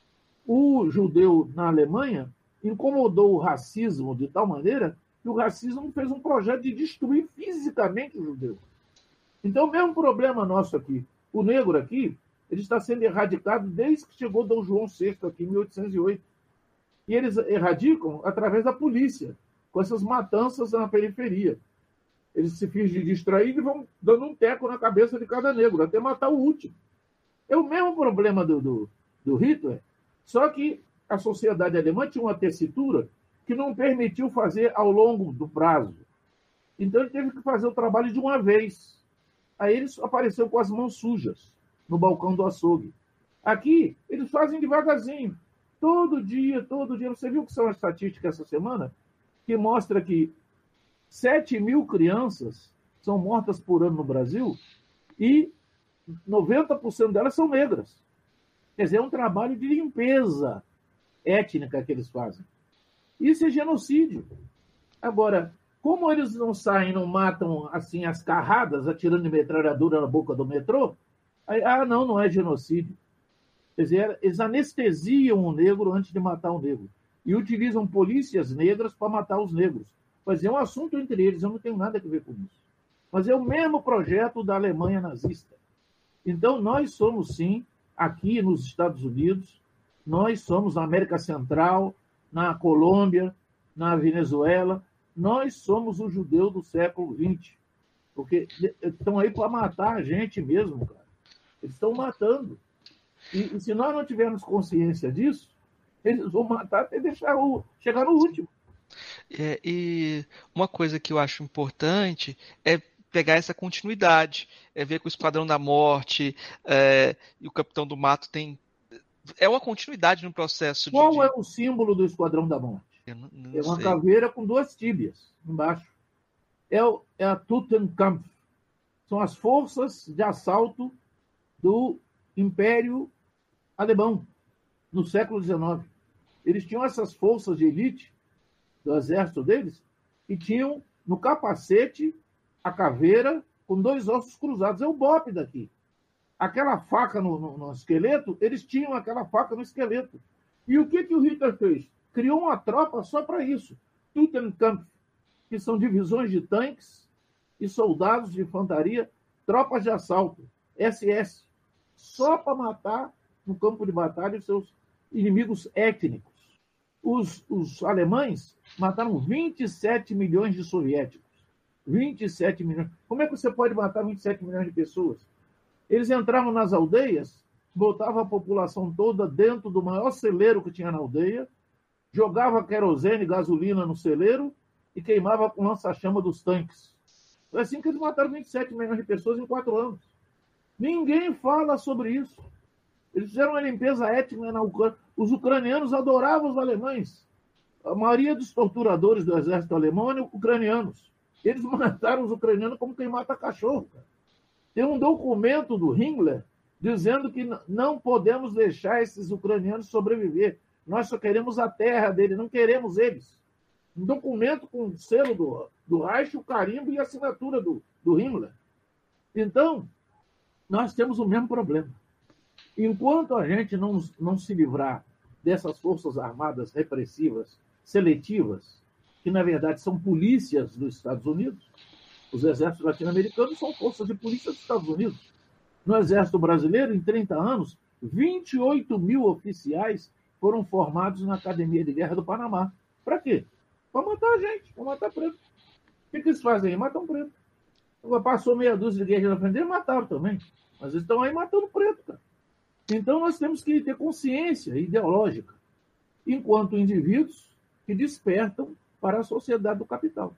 o judeu na Alemanha incomodou o racismo de tal maneira que o racismo fez um projeto de destruir fisicamente o judeu. Então, o mesmo problema nosso aqui. O negro aqui, ele está sendo erradicado desde que chegou Dom João sexto aqui em mil oitocentos e oito. E eles erradicam através da polícia, com essas matanças na periferia. Eles se fingem de distraído e vão dando um teco na cabeça de cada negro, até matar o último. É o mesmo problema do, do, do Hitler, só que a sociedade alemã tinha uma tessitura que não permitiu fazer ao longo do prazo. Então ele teve que fazer o trabalho de uma vez. Aí ele apareceu com as mãos sujas no balcão do açougue. Aqui, eles fazem devagarzinho. Todo dia, todo dia. Você viu que são as estatísticas essa semana? Que mostra que sete mil crianças são mortas por ano no Brasil e noventa por cento delas são negras. Quer dizer, é um trabalho de limpeza étnica que eles fazem. Isso é genocídio. Agora, como eles não saem, não matam assim as carradas, atirando de metralhadora na boca do metrô, aí, ah, não, não é genocídio. Quer dizer, eles anestesiam o negro antes de matar o negro. E utilizam polícias negras para matar os negros. Mas é um assunto entre eles, eu não tenho nada a ver com isso. Mas é o mesmo projeto da Alemanha nazista. Então, nós somos, sim, aqui nos Estados Unidos, nós somos na América Central, na Colômbia, na Venezuela, nós somos o judeu do século vinte. Porque estão aí para matar a gente mesmo, cara. Eles estão matando. E, e se nós não tivermos consciência disso, eles vão matar até deixar o, chegar no último. É, e uma coisa que eu acho importante é pegar essa continuidade, é ver que o Esquadrão da Morte é, e o Capitão do Mato tem... É uma continuidade no processo. Qual de... é o símbolo do Esquadrão da Morte? Eu não, não é uma sei. caveira com duas tíbias embaixo. É, o, é a Totenkampf. São as forças de assalto do Império Alemão, no século dezenove. Eles tinham essas forças de elite do exército deles e tinham no capacete a caveira com dois ossos cruzados. É o B O P daqui. Aquela faca no, no, no esqueleto, eles tinham aquela faca no esqueleto. E o que, que o Hitler fez? Criou uma tropa só para isso. Totenkampf, que são divisões de tanques e soldados de infantaria, tropas de assalto, S S, só para matar no campo de batalha os seus inimigos étnicos. Os, os alemães mataram vinte e sete milhões de soviéticos. vinte e sete milhões. Como é que você pode matar vinte e sete milhões de pessoas? Eles entravam nas aldeias, botavam a população toda dentro do maior celeiro que tinha na aldeia, jogava querosene, gasolina no celeiro e queimava com lança-chama dos tanques. Foi assim que eles mataram vinte e sete milhões de pessoas em quatro anos. Ninguém fala sobre isso. Eles fizeram uma limpeza étnica na Ucrânia. Os ucranianos adoravam os alemães. A maioria dos torturadores do exército alemão eram ucranianos. Eles mataram os ucranianos como quem mata cachorro. Cara. Tem um documento do Himmler dizendo que não podemos deixar esses ucranianos sobreviver. Nós só queremos a terra deles, não queremos eles. Um documento com o selo do, do Reich, o carimbo e a assinatura do, do Himmler. Então, nós temos o mesmo problema. Enquanto a gente não, não se livrar dessas forças armadas repressivas, seletivas, que na verdade são polícias dos Estados Unidos, os exércitos latino-americanos são forças de polícia dos Estados Unidos. No exército brasileiro, em trinta anos, vinte e oito mil oficiais foram formados na Academia de Guerra do Panamá. Para quê? para matar a gente, para matar preto. O que, que eles fazem aí? Matam preto. Agora, passou meia dúzia de igrejas na frente, eles mataram também. Mas eles estão aí matando preto, cara. Então, nós temos que ter consciência ideológica, enquanto indivíduos que despertam para a sociedade do capital.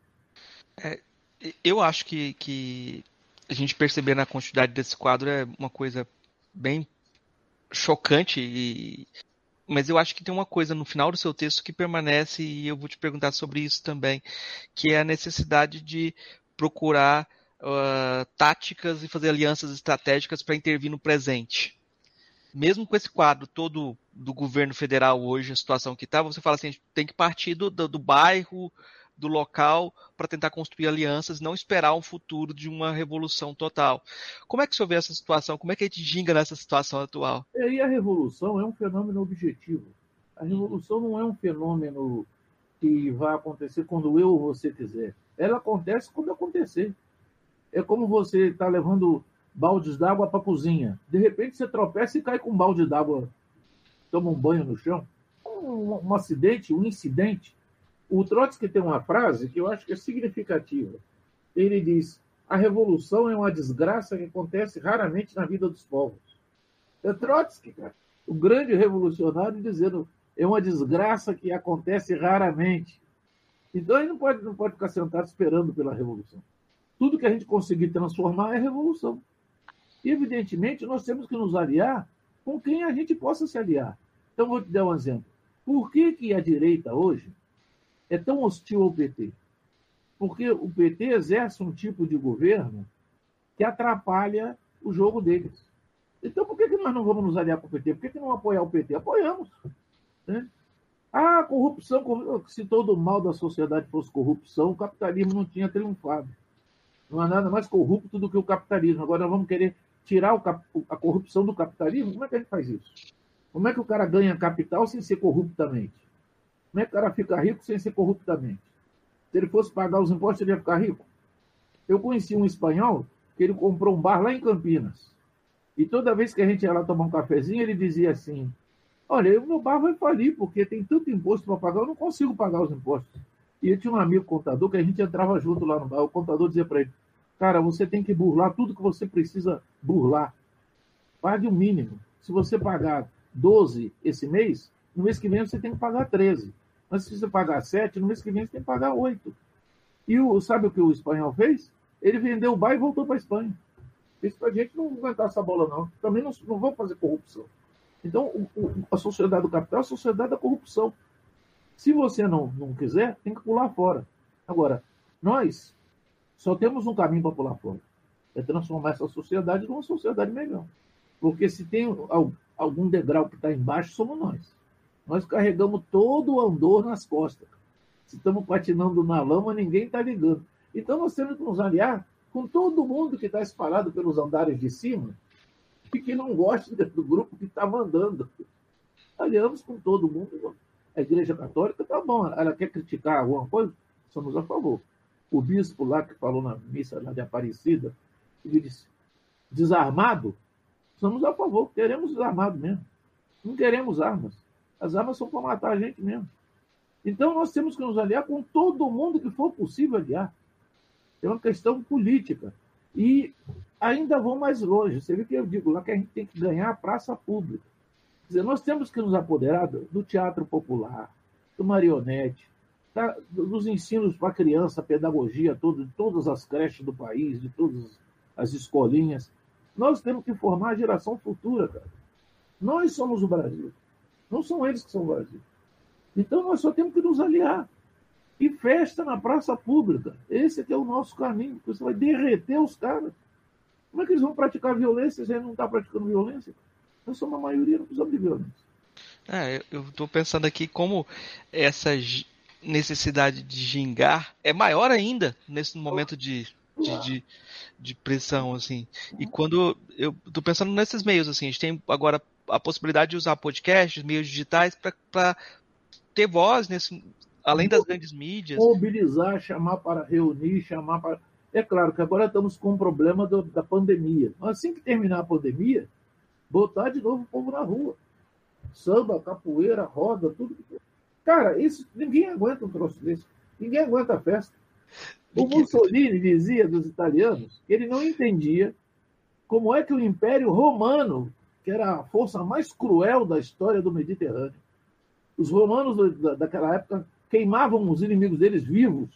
É, eu acho que, que a gente perceber na quantidade desse quadro é uma coisa bem chocante, e... mas eu acho que tem uma coisa no final do seu texto que permanece, e eu vou te perguntar sobre isso também, que é a necessidade de procurar uh, táticas e fazer alianças estratégicas para intervir no presente. Mesmo com esse quadro todo do governo federal hoje, a situação que está, você fala assim, a gente tem que partir do, do, do bairro, do local, para tentar construir alianças, não esperar um futuro de uma revolução total. Como é que o senhor vê essa situação? Como é que a gente ginga nessa situação atual? E aí a revolução é um fenômeno objetivo. A revolução não é um fenômeno que vai acontecer quando eu ou você quiser. Ela acontece quando acontecer. É como você está levando baldes d'água para a cozinha. De repente você tropeça e cai com um balde d'água, toma um banho no chão. Um, um acidente, um incidente. O Trotsky tem uma frase que eu acho que é significativa. Ele diz: a revolução é uma desgraça que acontece raramente na vida dos povos. É Trotsky, cara, o grande revolucionário, dizendo é uma desgraça que acontece raramente. Então, ele não pode, não pode ficar sentado esperando pela revolução. Tudo que a gente conseguir transformar é revolução. E, evidentemente, nós temos que nos aliar com quem a gente possa se aliar. Então, vou te dar um exemplo. Por que, que a direita, hoje, é tão hostil ao P T? Porque o P T exerce um tipo de governo que atrapalha o jogo deles. Então, por que, que nós não vamos nos aliar com o P T? Por que, que não apoiar o P T? Apoiamos. Né? Ah, corrupção, se todo o mal da sociedade fosse corrupção, o capitalismo não tinha triunfado. Não há nada mais corrupto do que o capitalismo. Agora nós vamos querer tirar o cap... a corrupção do capitalismo? Como é que a gente faz isso? Como é que o cara ganha capital sem ser corruptamente? Como é que o cara fica rico sem ser corruptamente? Se ele fosse pagar os impostos, ele ia ficar rico. Eu conheci um espanhol que ele comprou um bar lá em Campinas. E toda vez que a gente ia lá tomar um cafezinho, ele dizia assim: olha, o meu bar vai falir, porque tem tanto imposto para pagar, eu não consigo pagar os impostos. E eu tinha um amigo contador que a gente entrava junto lá no bar. O contador dizia para ele: cara, você tem que burlar tudo que você precisa burlar. Pague o mínimo. Se você pagar doze esse mês, no mês que vem você tem que pagar treze. Mas se você pagar sete, no mês que vem você tem que pagar oito. E o, sabe o que o espanhol fez? Ele vendeu o bar e voltou para a Espanha. Isso para a gente não aguentar essa bola, não. Também não, não vamos fazer corrupção. Então, o, o, a sociedade do capital é a sociedade da corrupção. Se você não, não quiser, tem que pular fora. Agora, nós só temos um caminho para pular fora. É transformar essa sociedade numa sociedade melhor. Porque se tem algum degrau que está embaixo, somos nós. Nós carregamos todo o andor nas costas. Se estamos patinando na lama, ninguém está ligando. Então, nós temos que nos aliar com todo mundo que está espalhado pelos andares de cima e que não gosta do grupo que está mandando. Aliamos com todo mundo. A Igreja Católica está bom. Ela quer criticar alguma coisa? Somos a favor. O bispo lá que falou na missa lá de Aparecida, ele disse: desarmado? Somos a favor. Queremos desarmado mesmo. Não queremos armas. As armas são para matar a gente mesmo. Então, nós temos que nos aliar com todo mundo que for possível aliar. É uma questão política. E ainda vou mais longe. Você vê que eu digo lá que a gente tem que ganhar a praça pública. Quer dizer, nós temos que nos apoderar do teatro popular, do marionete, da, dos ensinos para a criança, a pedagogia toda, de todas as creches do país, de todas as escolinhas. Nós temos que formar a geração futura, cara. Nós somos o Brasil. Não são eles que são o Brasil. Então, nós só temos que nos aliar. E festa na praça pública. Esse aqui é o nosso caminho. Você vai derreter os caras. Como é que eles vão praticar violência se eles não estão praticando violência? Nós somos a maioria, não precisamos de violência. É, eu estou pensando aqui como essa necessidade de gingar é maior ainda nesse momento de, de, de, de pressão, assim. E quando eu estou pensando nesses meios, assim, a gente tem agora a possibilidade de usar podcasts, meios digitais, para ter voz, nesse, além das grandes mídias. Mobilizar, chamar para reunir, chamar para... É claro que agora estamos com o problema do, da pandemia. Mas assim que terminar a pandemia, botar de novo o povo na rua. Samba, capoeira, roda, tudo. Cara, isso, ninguém aguenta um troço desse. Ninguém aguenta a festa. O Mussolini dizia dos italianos que ele não entendia como é que o Império Romano, que era a força mais cruel da história do Mediterrâneo, os romanos daquela época queimavam os inimigos deles vivos,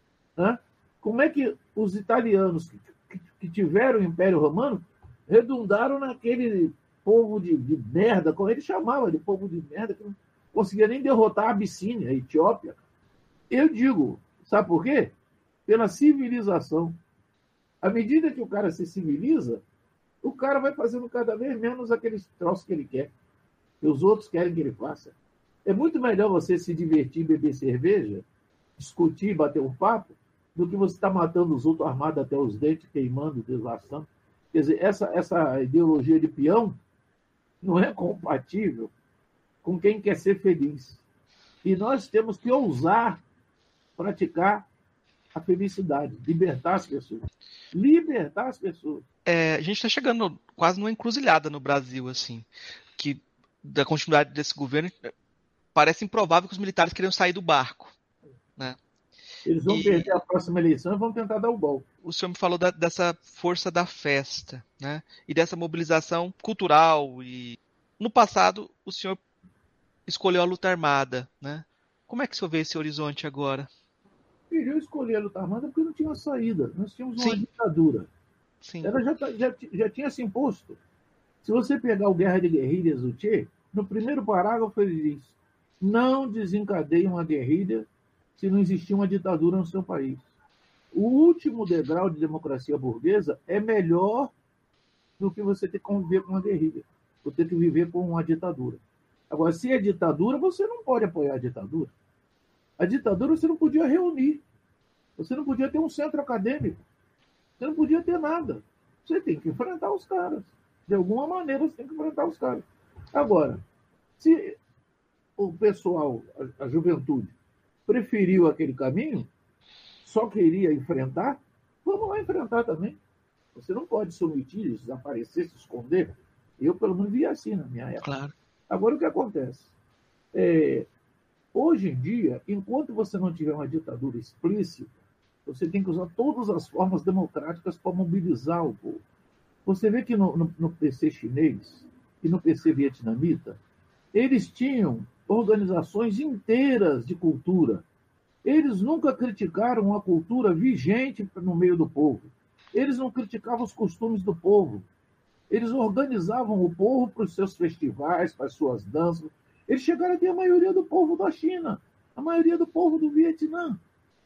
né? Como é que os italianos que, que, que tiveram o Império Romano redundaram naquele povo de, de merda, como ele chamava de povo de merda, que não conseguia nem derrotar a Abissínia, a Etiópia. Eu digo, sabe por quê? Pela civilização. À medida que o cara se civiliza, o cara vai fazendo cada vez menos aqueles troços que ele quer, que os outros querem que ele faça. É muito melhor você se divertir, beber cerveja, discutir, bater um papo, do que você estar matando os outros armados até os dentes, queimando, deslaçando. Quer dizer, essa, essa ideologia de peão não é compatível com quem quer ser feliz. E nós temos que ousar praticar a felicidade, libertar as pessoas. Libertar as pessoas. É, a gente está chegando quase numa encruzilhada no Brasil, assim, que da continuidade desse governo parece improvável que os militares queriam sair do barco, né? Eles vão e... perder a próxima eleição e vão tentar dar o golpe. O senhor me falou da, dessa força da festa, né? E dessa mobilização cultural. E no passado, o senhor escolheu a luta armada, né? Como é que o senhor vê esse horizonte agora? Eu escolhi a luta armada porque não tinha saída. Nós tínhamos uma Sim. ditadura. Sim. Ela já, já, já tinha se imposto. Se você pegar o Guerra de Guerrilhas do Che, no primeiro parágrafo ele diz: não desencadeie uma guerrilha se não existir uma ditadura no seu país. O último degrau de democracia burguesa é melhor do que você ter que conviver com uma guerrilha, ou ter que viver com uma ditadura. Agora, se é ditadura, você não pode apoiar a ditadura. A ditadura você não podia reunir. Você não podia ter um centro acadêmico. Você não podia ter nada. Você tem que enfrentar os caras. De alguma maneira, você tem que enfrentar os caras. Agora, se o pessoal, a, a juventude, preferiu aquele caminho, só queria enfrentar, vamos lá enfrentar também. Você não pode se omitir, desaparecer, se esconder. Eu, pelo menos, via assim na minha época. Claro. Agora, o que acontece? É, hoje em dia, enquanto você não tiver uma ditadura explícita, você tem que usar todas as formas democráticas para mobilizar o povo. Você vê que no, no, no P C chinês e no P C vietnamita, eles tinham organizações inteiras de cultura. Eles nunca criticaram a cultura vigente no meio do povo. Eles não criticavam os costumes do povo. Eles organizavam o povo para os seus festivais, para as suas danças. Eles chegaram a ter a maioria do povo da China, a maioria do povo do Vietnã.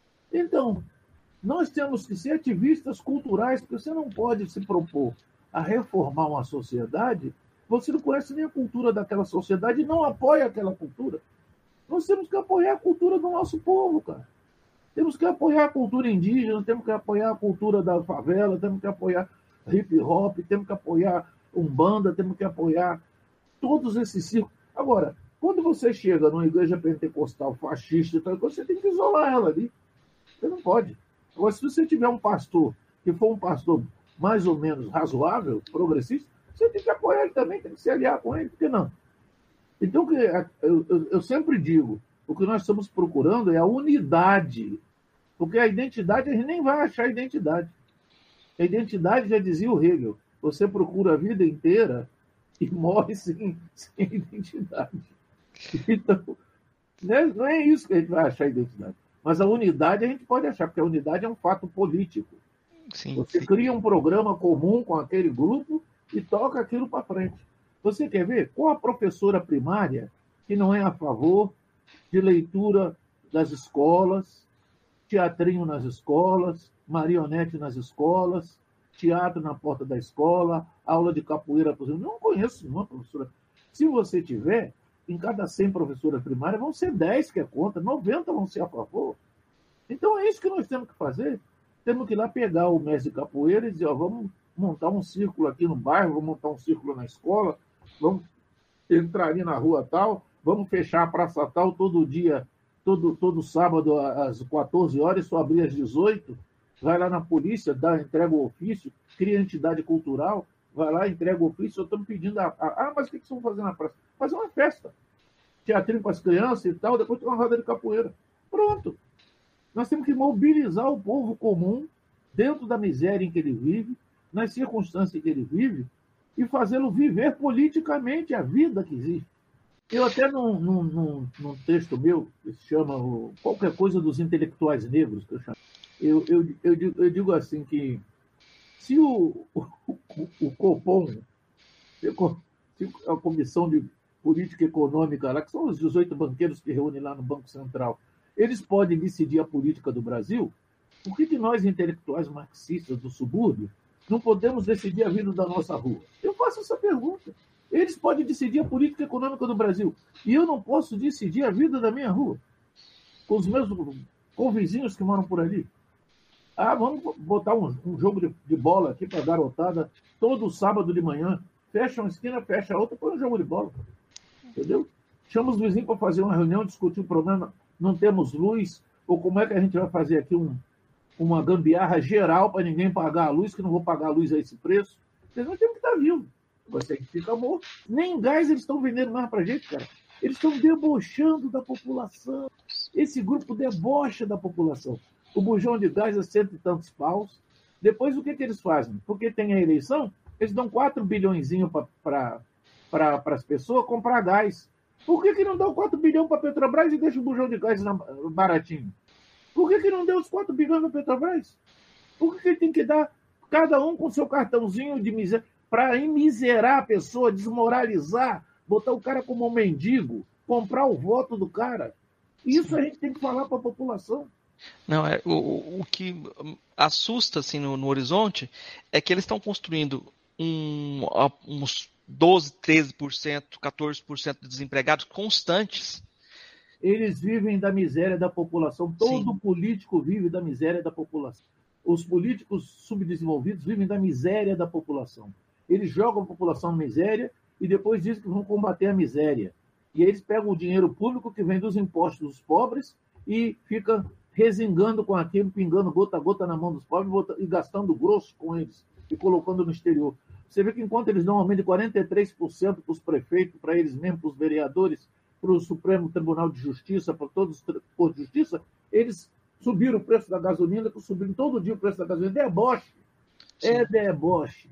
Então, nós temos que ser ativistas culturais, porque você não pode se propor a reformar uma sociedade, você não conhece nem a cultura daquela sociedade e não apoia aquela cultura. Nós temos que apoiar a cultura do nosso povo, cara. Temos que apoiar a cultura indígena, temos que apoiar a cultura da favela, temos que apoiar hip hop, temos que apoiar Umbanda, temos que apoiar todos esses círculos. Agora, quando você chega numa igreja pentecostal fascista, você tem que isolar ela ali. Você não pode. Agora, se você tiver um pastor que for um pastor mais ou menos razoável, progressista, você tem que apoiar ele também, tem que se aliar com ele, por que não? Então, eu, eu, eu sempre digo, o que nós estamos procurando é a unidade, porque a identidade, a gente nem vai achar a identidade. A identidade, já dizia o Hegel, você procura a vida inteira e morre sem, sem identidade. Então, não é isso que a gente vai achar a identidade. Mas a unidade a gente pode achar, porque a unidade é um fato político. Sim, você sim. cria um programa comum com aquele grupo e toca aquilo para frente. Você quer ver? Qual a professora primária que não é a favor de leitura das escolas, teatrinho nas escolas, marionete nas escolas, teatro na porta da escola, aula de capoeira? Não conheço nenhuma professora. Se você tiver, em cada cem professoras primárias, vão ser dez que é contra, noventa vão ser a favor. Então é isso que nós temos que fazer. Temos que ir lá pegar o mestre de capoeira e dizer, ó, vamos montar um círculo aqui no bairro, vamos montar um círculo na escola, vamos entrar ali na rua tal, vamos fechar a praça tal todo dia, todo, todo sábado às quatorze horas, só abrir às dezoito, vai lá na polícia, dá, entrega o ofício, cria entidade cultural, vai lá, entrega o ofício, eu estou me pedindo, a, a, ah, mas o que vocês vão fazer na praça? Fazer uma festa, teatrinho para as crianças e tal, depois tem uma roda de capoeira. Pronto. Nós temos que mobilizar o povo comum dentro da miséria em que ele vive, nas circunstâncias em que ele vive, e fazê-lo viver politicamente a vida que existe. Eu até num, num, num, num texto meu, que se chama o, Qualquer Coisa dos Intelectuais Negros, que eu chamo, eu, eu, eu, digo, eu digo assim que se o, o, o Copom, se a Comissão de Política Econômica, lá, que são os dezoito banqueiros que reúnem lá no Banco Central, eles podem decidir a política do Brasil, por que, que nós, intelectuais marxistas do subúrbio, não podemos decidir a vida da nossa rua? Eu faço essa pergunta. Eles podem decidir a política econômica do Brasil. E eu não posso decidir a vida da minha rua, com os meus convizinhos que moram por ali. Ah, vamos botar um, um jogo de, de bola aqui para a garotada todo sábado de manhã. Fecha uma esquina, fecha a outra, põe um jogo de bola. Entendeu? Chama os vizinhos para fazer uma reunião, discutir o problema. Não temos luz, ou como é que a gente vai fazer aqui um, uma gambiarra geral para ninguém pagar a luz, que não vou pagar a luz a esse preço. Eles não têm que estar vivos. Você que fica morto. Nem gás eles estão vendendo mais para a gente, cara. Eles estão debochando da população. Esse grupo debocha da população. O bujão de gás é cento e tantos paus. Depois, o que, que eles fazem? Porque tem a eleição, eles dão quatro bilhõezinhos para pra, as pessoas comprar gás. Por que, que não dão quatro bilhões para a Petrobras e deixa o bujão de gás na, baratinho? Por que, que não deu os quatro bilhões para a Petrobras? Por que, que tem que dar cada um com seu cartãozinho de miséria para imiserar a pessoa, desmoralizar, botar o cara como um mendigo, comprar o voto do cara? Isso a gente tem que falar para a população. Não, é, o, o que assusta assim, no, no horizonte é que eles estão construindo um, uns doze, treze por cento, quatorze por cento de desempregados constantes. Eles vivem da miséria da população. Todo Sim. político vive da miséria da população. Os políticos subdesenvolvidos vivem da miséria da população. Eles jogam a população na miséria e depois dizem que vão combater a miséria. E aí eles pegam o dinheiro público que vem dos impostos dos pobres e fica resingando com aquilo, pingando gota a gota na mão dos pobres e gastando grosso com eles e colocando no exterior. Você vê que enquanto eles dão um aumento de quarenta e três por cento para os prefeitos, para eles mesmos, para os vereadores, para o Supremo Tribunal de Justiça, para todos os Cortes de Justiça, eles subiram o preço da gasolina, subiram todo dia o preço da gasolina. Deboche. Sim. É deboche.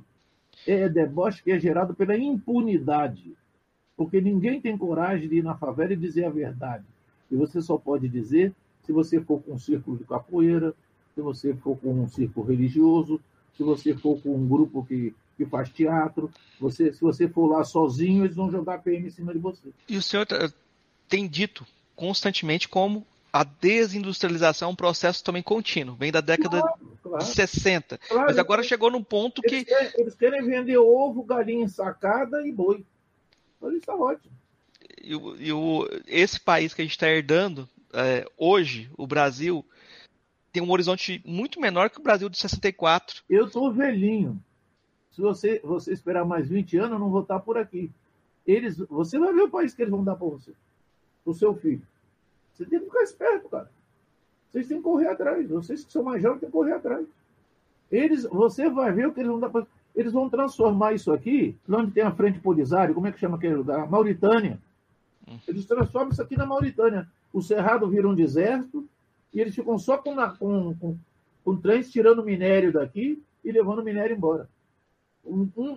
É deboche que é gerado pela impunidade. Porque ninguém tem coragem de ir na favela e dizer a verdade. E você só pode dizer se você for com um círculo de capoeira, se você for com um círculo religioso, se você for com um grupo que, que faz teatro, você, se você for lá sozinho, eles vão jogar P M em cima de você. E o senhor tem dito constantemente como a desindustrialização é um processo também contínuo, vem da década claro, claro. de sessenta. Claro, mas agora chegou num ponto eles que... Querem, eles querem vender ovo, galinha ensacada e boi. Mas isso é ótimo. E, e o, esse país que a gente está herdando, é, hoje, o Brasil, tem um horizonte muito menor que o Brasil de sessenta e quatro. Eu estou velhinho. Se você, você esperar mais vinte anos, eu não vou estar por aqui. Eles, você vai ver o país que eles vão dar para você, para o seu filho. Você tem que ficar esperto, cara. Vocês têm que correr atrás. Vocês que são mais jovens têm que correr atrás. Eles, você vai ver o que eles vão dar para... Eles vão transformar isso aqui, onde tem a frente Polisário, como é que chama aquele lugar? Mauritânia. Eles transformam isso aqui na Mauritânia. O Cerrado vira um deserto e eles ficam só com, com, com, com trens tirando minério daqui e levando o minério embora. Um, um,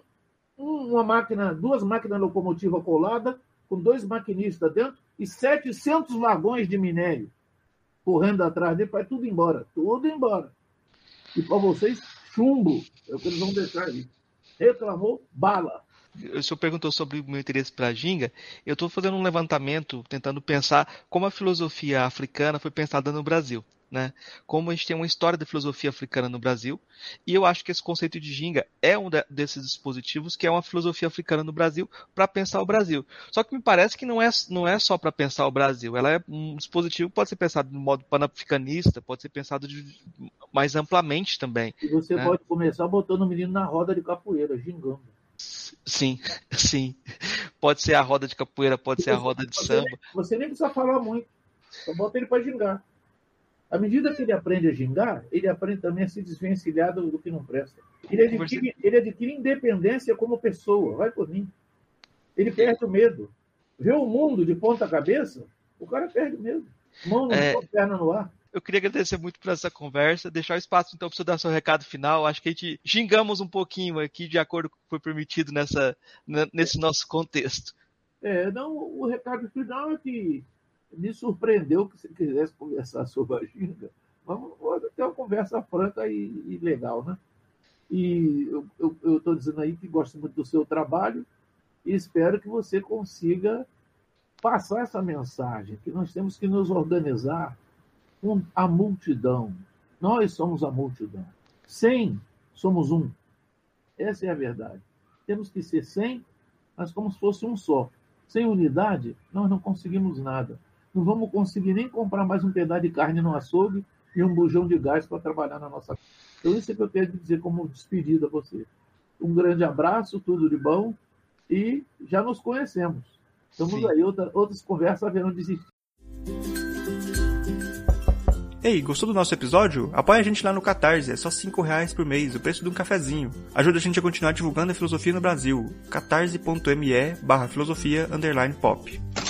uma máquina, duas máquinas locomotivas coladas, com dois maquinistas dentro e setecentos vagões de minério correndo atrás dele, vai tudo embora. Tudo embora. E para vocês, chumbo. É o que eles vão deixar ali. Reclamou, bala. O senhor perguntou sobre o meu interesse para a ginga. Eu estou fazendo um levantamento, tentando pensar como a filosofia africana foi pensada no Brasil. Né? Como a gente tem uma história da filosofia africana no Brasil, e eu acho que esse conceito de ginga é um de, desses dispositivos que é uma filosofia africana no Brasil para pensar o Brasil. Só que me parece que não é, não é só para pensar o Brasil, ela é um dispositivo que pode ser pensado de modo panafricanista, pode ser pensado de, mais amplamente também. E você né? pode começar botando o menino na roda de capoeira, gingando. Sim, sim. Pode ser a roda de capoeira, pode e ser você, a roda de você samba. Nem, você nem precisa falar muito, só bota ele para gingar. À medida que ele aprende a gingar, ele aprende também a se desvencilhar do, do que não presta. Ele adquire, ele adquire independência como pessoa, vai por mim. Ele perde o medo. Vê o mundo de ponta cabeça, o cara perde o medo. Mão no é... chão, perna no ar. eu queria agradecer muito por essa conversa, deixar o espaço então para você dar seu recado final. Acho que a gente gingamos um pouquinho aqui de acordo com o que foi permitido nessa, nesse nosso contexto. É, não, o recado final é que me surpreendeu que você quisesse conversar sobre a ginga. Vamos ter uma conversa franca e, e legal, né? E eu estou dizendo aí que gosto muito do seu trabalho e espero que você consiga passar essa mensagem, que nós temos que nos organizar com a multidão. Nós somos a multidão. Cem, somos um. Essa é a verdade. Temos que ser cem, mas como se fosse um só. Sem unidade, nós não conseguimos nada. Não vamos conseguir nem comprar mais um pedaço de carne no açougue e um bujão de gás para trabalhar na nossa casa. Então, isso é que eu tenho que dizer como despedida a você. Um grande abraço, tudo de bom, e já nos conhecemos. Estamos Sim. aí, outra, outras conversas haverão de existir. Ei, gostou do nosso episódio? Apoia a gente lá no Catarse, é só cinco reais por mês, o preço de um cafezinho. Ajuda a gente a continuar divulgando a filosofia no Brasil. catarse.me barra filosofia underline pop.